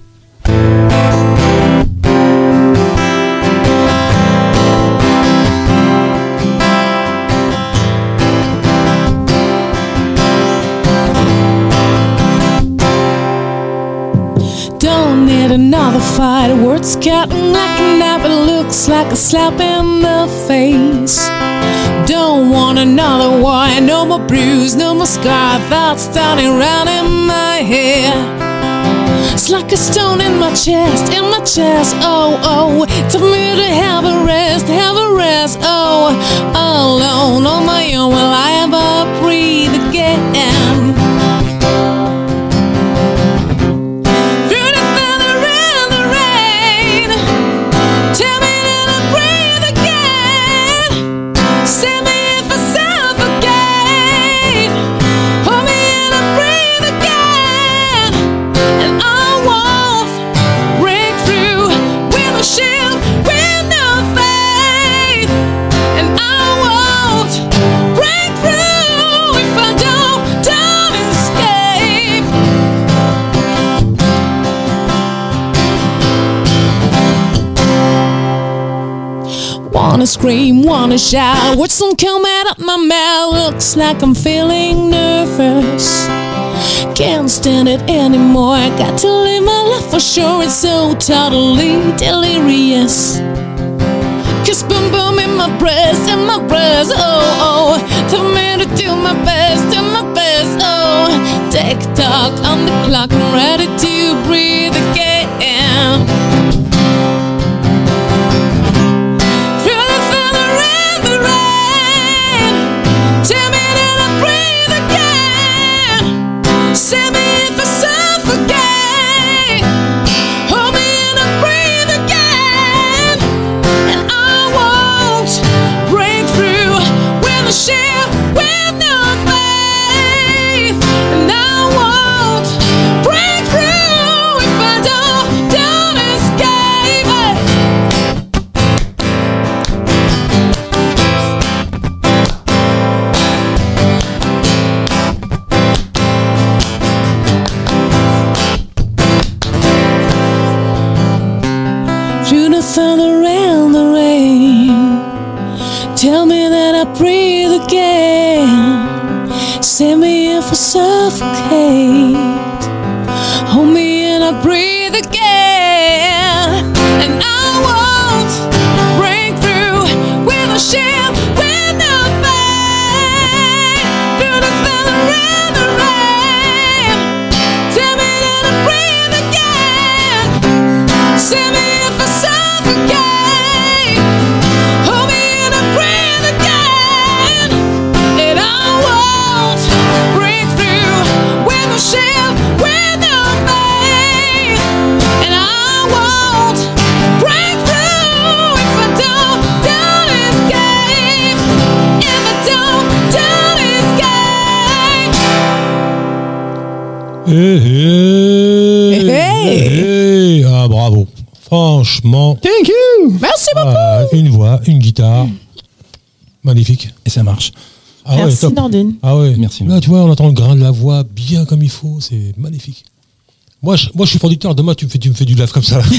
Speaker 5: Don't need another fight. Words cutting like a knife. It looks like a slap in the face. Don't want another war. No more bruise, no more scar. Thoughts starting round in my head. It's like a stone in my chest, in my chest. Oh, oh. Tell me to have a rest, have a rest. Oh, alone on my own. Will I ever breathe again? Wanna scream, wanna shout. Words don't come out of my mouth. Looks like I'm feeling nervous. Can't stand it anymore. I got to live my life for sure. It's so totally delirious. Cause boom boom in my breast, in my breast. Oh, oh. Tell me to do my best, do my best. Oh, tick tock on the clock. I'm ready to breathe again. Through the thunder and the rain, tell me that I breathe again. Send me if I suffocate. Hold me and I breathe again. And I won't break through with a ship with no faith. Through the thunder and the rain, tell me that I breathe again. Send me if I suffocate. Hold me and I breathe again. And I won't break through with a ship with no faith.
Speaker 4: hey,
Speaker 1: Hey.
Speaker 4: hey. Ah, bravo. Franchement.
Speaker 3: Thank you.
Speaker 1: Merci beaucoup.
Speaker 4: Ah, une voix, une guitare. Magnifique.
Speaker 3: Et ça marche.
Speaker 4: Ah
Speaker 1: Merci
Speaker 4: ouais, top.
Speaker 1: Nordine.
Speaker 4: Ah ouais.
Speaker 3: Merci.
Speaker 4: Là, tu vois, on entend le grain de la voix bien comme il faut. C'est magnifique. Moi, je, moi, je suis producteur. Demain, tu me fais, tu me fais du live comme ça.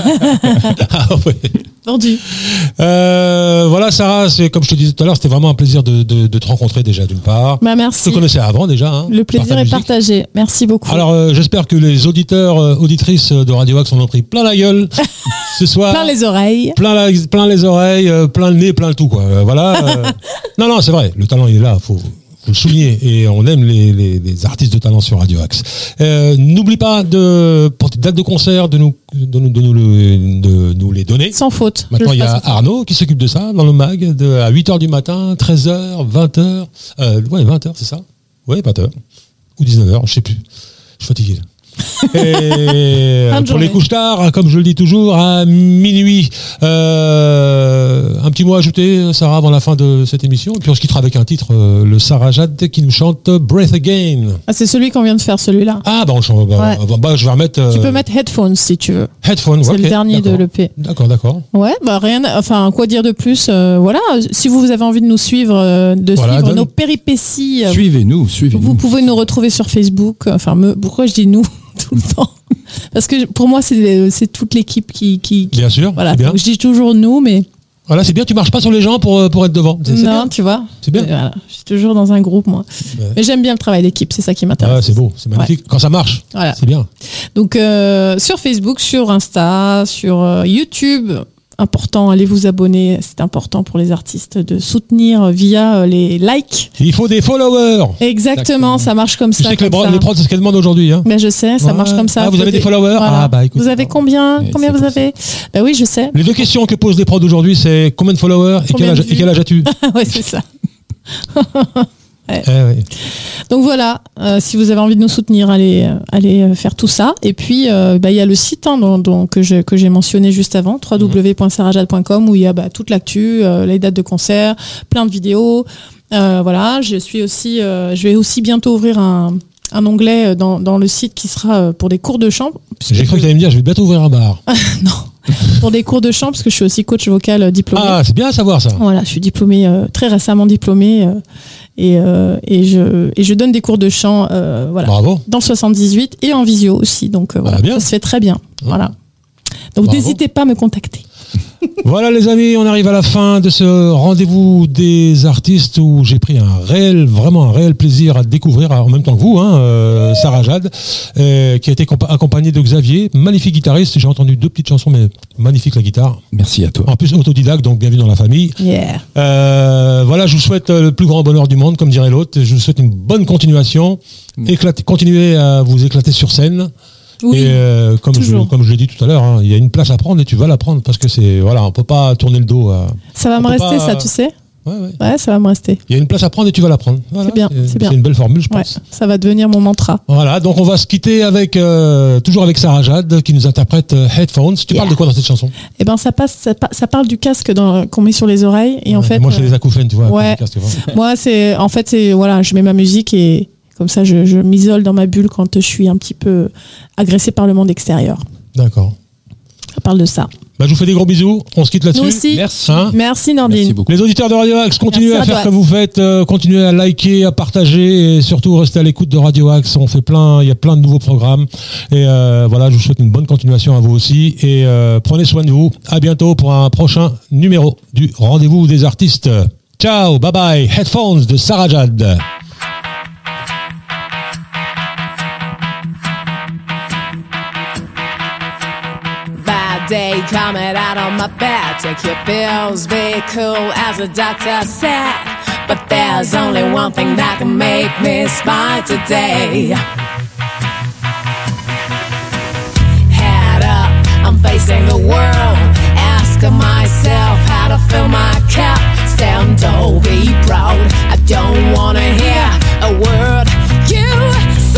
Speaker 4: Ah ouais.
Speaker 1: Vendu.
Speaker 4: Euh, voilà, Sarah, c'est comme je te disais tout à l'heure, c'était vraiment un plaisir de, de, de te rencontrer déjà d'une part.
Speaker 1: Bah
Speaker 4: Je
Speaker 1: merci.
Speaker 4: te connaissais avant déjà. Hein,
Speaker 1: Le
Speaker 4: par
Speaker 1: plaisir
Speaker 4: ta
Speaker 1: est
Speaker 4: musique.
Speaker 1: partagé. Merci beaucoup.
Speaker 4: Alors, euh, j'espère que les auditeurs, euh, auditrices de Radio Axe en ont pris plein la gueule ce soir.
Speaker 1: Plein les oreilles.
Speaker 4: Plein, la- plein les oreilles, euh, plein le nez, plein le tout, quoi. Euh, voilà. euh. non, non, c'est vrai. Le talent, il est là. Faut, faut le souligner. Et on aime les, les, les artistes de talent sur Radio Axe. Euh, n'oublie pas de, pour tes dates de concert, de nous, de nous, de nous, le- de nous les donner.
Speaker 1: Sans faute.
Speaker 4: Maintenant,
Speaker 1: Je
Speaker 4: il y
Speaker 1: le
Speaker 4: a
Speaker 1: ferai sans faute.
Speaker 4: Arnaud qui s'occupe de ça dans le mag de, à huit heures du matin, treize heures, vingt heures. Euh, ouais, vingt heures, c'est ça? Ouais, vingt heures. Ou dix-neuf heures, je sais plus. Je suis fatigué. là. Et euh,
Speaker 1: Fin de
Speaker 4: pour les
Speaker 1: journée.
Speaker 4: couches tard, comme je le dis toujours, à minuit, euh, un petit mot ajouté, Sarah, avant la fin de cette émission. Et puis on se quittera avec un titre, euh, le Sarah Jade qui nous chante Breath Again.
Speaker 1: Ah, c'est celui qu'on vient de faire, celui-là.
Speaker 4: Ah, bah, on chante, bah,
Speaker 1: Ouais.
Speaker 4: bah, je vais remettre. euh,
Speaker 1: Tu peux mettre headphones si tu veux.
Speaker 4: Headphone,
Speaker 1: C'est
Speaker 4: ok,
Speaker 1: le dernier de
Speaker 4: d'accord.
Speaker 1: l'E P.
Speaker 4: D'accord, d'accord.
Speaker 1: Ouais, bah rien. Enfin, quoi dire de plus euh, Voilà. Si vous avez envie de nous suivre, euh, de
Speaker 4: Voilà,
Speaker 1: suivre
Speaker 4: donne-
Speaker 1: nos péripéties, euh,
Speaker 3: Suivez-nous, suivez-nous.
Speaker 1: vous pouvez nous retrouver sur Facebook. Enfin, me, pourquoi je dis nous tout le temps? Parce que pour moi, c'est c'est toute l'équipe qui, qui, qui-
Speaker 4: Bien sûr,
Speaker 1: voilà.
Speaker 4: c'est bien.
Speaker 1: Donc, je dis toujours nous, mais
Speaker 4: Voilà, c'est bien, tu marches pas sur les gens pour, euh, pour être devant. C'est, c'est
Speaker 1: non,
Speaker 4: bien.
Speaker 1: tu vois.
Speaker 4: C'est bien.
Speaker 1: Et voilà, je suis toujours dans un groupe, moi.
Speaker 4: Ouais.
Speaker 1: Mais j'aime bien le travail d'équipe, c'est ça qui m'intéresse.
Speaker 4: Ah, c'est beau, c'est magnifique. Quand ça marche,
Speaker 1: Voilà.
Speaker 4: c'est bien.
Speaker 1: Donc euh, sur Facebook, sur Insta, sur euh, YouTube, important, allez vous abonner. C'est important pour les artistes de soutenir via euh, les likes.
Speaker 4: Il faut des followers.
Speaker 1: Exactement,
Speaker 3: Exactement.
Speaker 1: ça marche comme
Speaker 4: Tu
Speaker 1: ça.
Speaker 4: sais que les,
Speaker 1: comme
Speaker 4: bro-
Speaker 1: ça.
Speaker 4: les prods, c'est ce qu'elles demandent aujourd'hui. Hein.
Speaker 1: Ben, je sais, ça
Speaker 4: Ouais.
Speaker 1: marche comme ça.
Speaker 4: Ah, vous
Speaker 1: Faut
Speaker 4: avez des followers Ah, bah, écoute.
Speaker 1: Vous avez combien
Speaker 3: Et
Speaker 1: Combien
Speaker 3: c'est
Speaker 1: vous
Speaker 3: pour
Speaker 1: avez Ben oui, je sais.
Speaker 4: Les deux questions que posent les prods aujourd'hui, c'est combien de followers et
Speaker 1: Combien
Speaker 4: quel,
Speaker 1: de
Speaker 4: âge, et
Speaker 1: vues
Speaker 4: quel âge as-tu
Speaker 1: ouais, c'est ça.
Speaker 4: Eh ouais.
Speaker 1: Donc voilà, euh, si vous avez envie de nous soutenir, allez, euh, allez euh, faire tout ça. Et puis, euh, bah, il y a le site hein, dont, dont- que, je, que j'ai mentionné juste avant, w w w point sarajad point com, où il y a bah, toute l'actu, euh, les dates de concert, plein de vidéos. Euh, voilà, je suis aussi, euh, je vais aussi bientôt ouvrir un, un onglet dans, dans le site qui sera euh, pour des cours de chant. puisque
Speaker 4: J'ai cru que tu allais me dire, je vais bientôt ouvrir un bar.
Speaker 1: non, pour des cours de chant, parce que je suis aussi coach vocal euh, diplômé.
Speaker 4: Ah, c'est bien à savoir ça.
Speaker 1: Voilà, je suis diplômée, euh, très récemment diplômée, euh, et, euh, et, je, et je donne des cours de chant, euh, voilà,
Speaker 4: Bravo.
Speaker 1: dans le soixante-dix-huit et en visio aussi, donc euh, voilà,
Speaker 4: Ah, bien.
Speaker 1: ça se fait très bien, voilà. Donc
Speaker 4: Bravo.
Speaker 1: n'hésitez pas à me contacter.
Speaker 4: Voilà les amis, on arrive à la fin de ce rendez-vous des artistes où j'ai pris un réel, vraiment un réel plaisir à découvrir en même temps que vous, hein, euh, Sarah Jade, euh, qui a été compa- accompagnée de Xavier, magnifique guitariste. J'ai entendu deux petites chansons, mais magnifique la guitare.
Speaker 3: Merci à toi.
Speaker 4: En plus autodidacte, donc bienvenue dans la famille.
Speaker 1: Yeah.
Speaker 4: Euh, voilà, je vous souhaite le plus grand bonheur du monde, comme dirait l'autre. Je vous souhaite une bonne continuation. Éclatez, continuez à vous éclater sur scène.
Speaker 1: Oui,
Speaker 4: et euh, comme, je,
Speaker 1: toujours.
Speaker 4: comme je l'ai dit tout à l'heure, hein, il y a une place à prendre et tu vas la prendre parce que c'est voilà, on peut pas tourner le dos. À...
Speaker 1: ça va
Speaker 4: on
Speaker 1: me
Speaker 4: peut
Speaker 1: rester,
Speaker 4: pas-
Speaker 1: ça, tu sais.
Speaker 4: Ouais, ouais.
Speaker 1: Ouais, ça va me rester.
Speaker 4: Il y a une place à prendre et tu vas la prendre. Voilà,
Speaker 1: C'est bien, c'est bien.
Speaker 4: une belle formule, je
Speaker 1: Ouais,
Speaker 4: pense.
Speaker 1: ça va devenir mon mantra.
Speaker 4: Voilà, donc on va se quitter avec euh, toujours avec Sarah Jade qui nous interprète euh, Headphones. Tu
Speaker 1: Yeah.
Speaker 4: parles de quoi dans cette chanson?
Speaker 1: Et ben ça passe, ça, pa- ça parle du casque dans- qu'on met sur les oreilles, et en
Speaker 4: Ouais,
Speaker 1: fait,
Speaker 4: moi j'ai
Speaker 1: euh,
Speaker 4: les acouphènes, tu vois.
Speaker 1: ouais.
Speaker 4: à cause du casque, tu vois.
Speaker 1: moi c'est, en fait, c'est voilà, je mets ma musique et comme ça, je, je m'isole dans ma bulle quand je suis un petit peu agressée par le monde extérieur.
Speaker 4: D'accord.
Speaker 1: Ça parle de ça.
Speaker 4: Bah, je vous fais des gros bisous. On se quitte là-dessus.
Speaker 1: Nous aussi.
Speaker 3: Merci.
Speaker 4: Hein
Speaker 1: Merci Nordine.
Speaker 3: Merci beaucoup.
Speaker 4: Les auditeurs de Radio Axe, continuez
Speaker 1: Merci
Speaker 4: à
Speaker 1: à
Speaker 4: faire
Speaker 1: toi.
Speaker 4: comme vous faites, euh, continuez à liker, à partager et surtout restez à l'écoute de Radio Axe. On fait plein, il y a plein de nouveaux programmes et euh, voilà, je vous souhaite une bonne continuation à vous aussi et euh, prenez soin de vous. À bientôt pour un prochain numéro du Rendez-vous des artistes. Ciao, bye bye. Headphones de Sarah Jade.
Speaker 5: Bad day coming out of my bed. Take your pills, be cool as the doctor said. But there's only one thing that can make me smile today. Head up, I'm facing the world. Asking myself how to fill my cup. Stand tall, be proud. I don't wanna hear a word you say.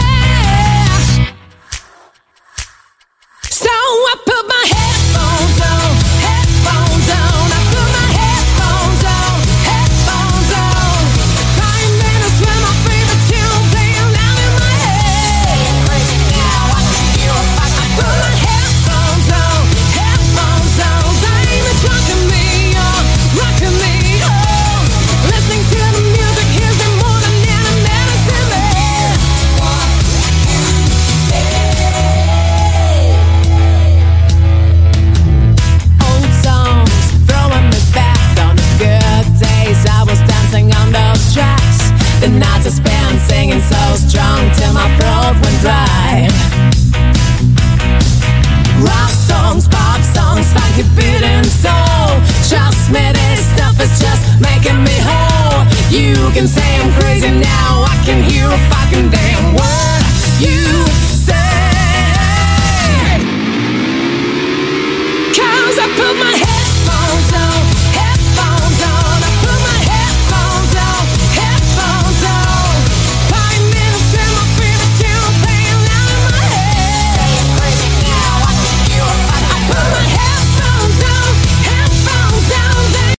Speaker 5: So I put my headphones on, headphones on. I put my headphones on, headphones on. Five minutes with my favorite tune playing loud in my can say I'm crazy now, I can hear a fucking damn word you say. Cause I put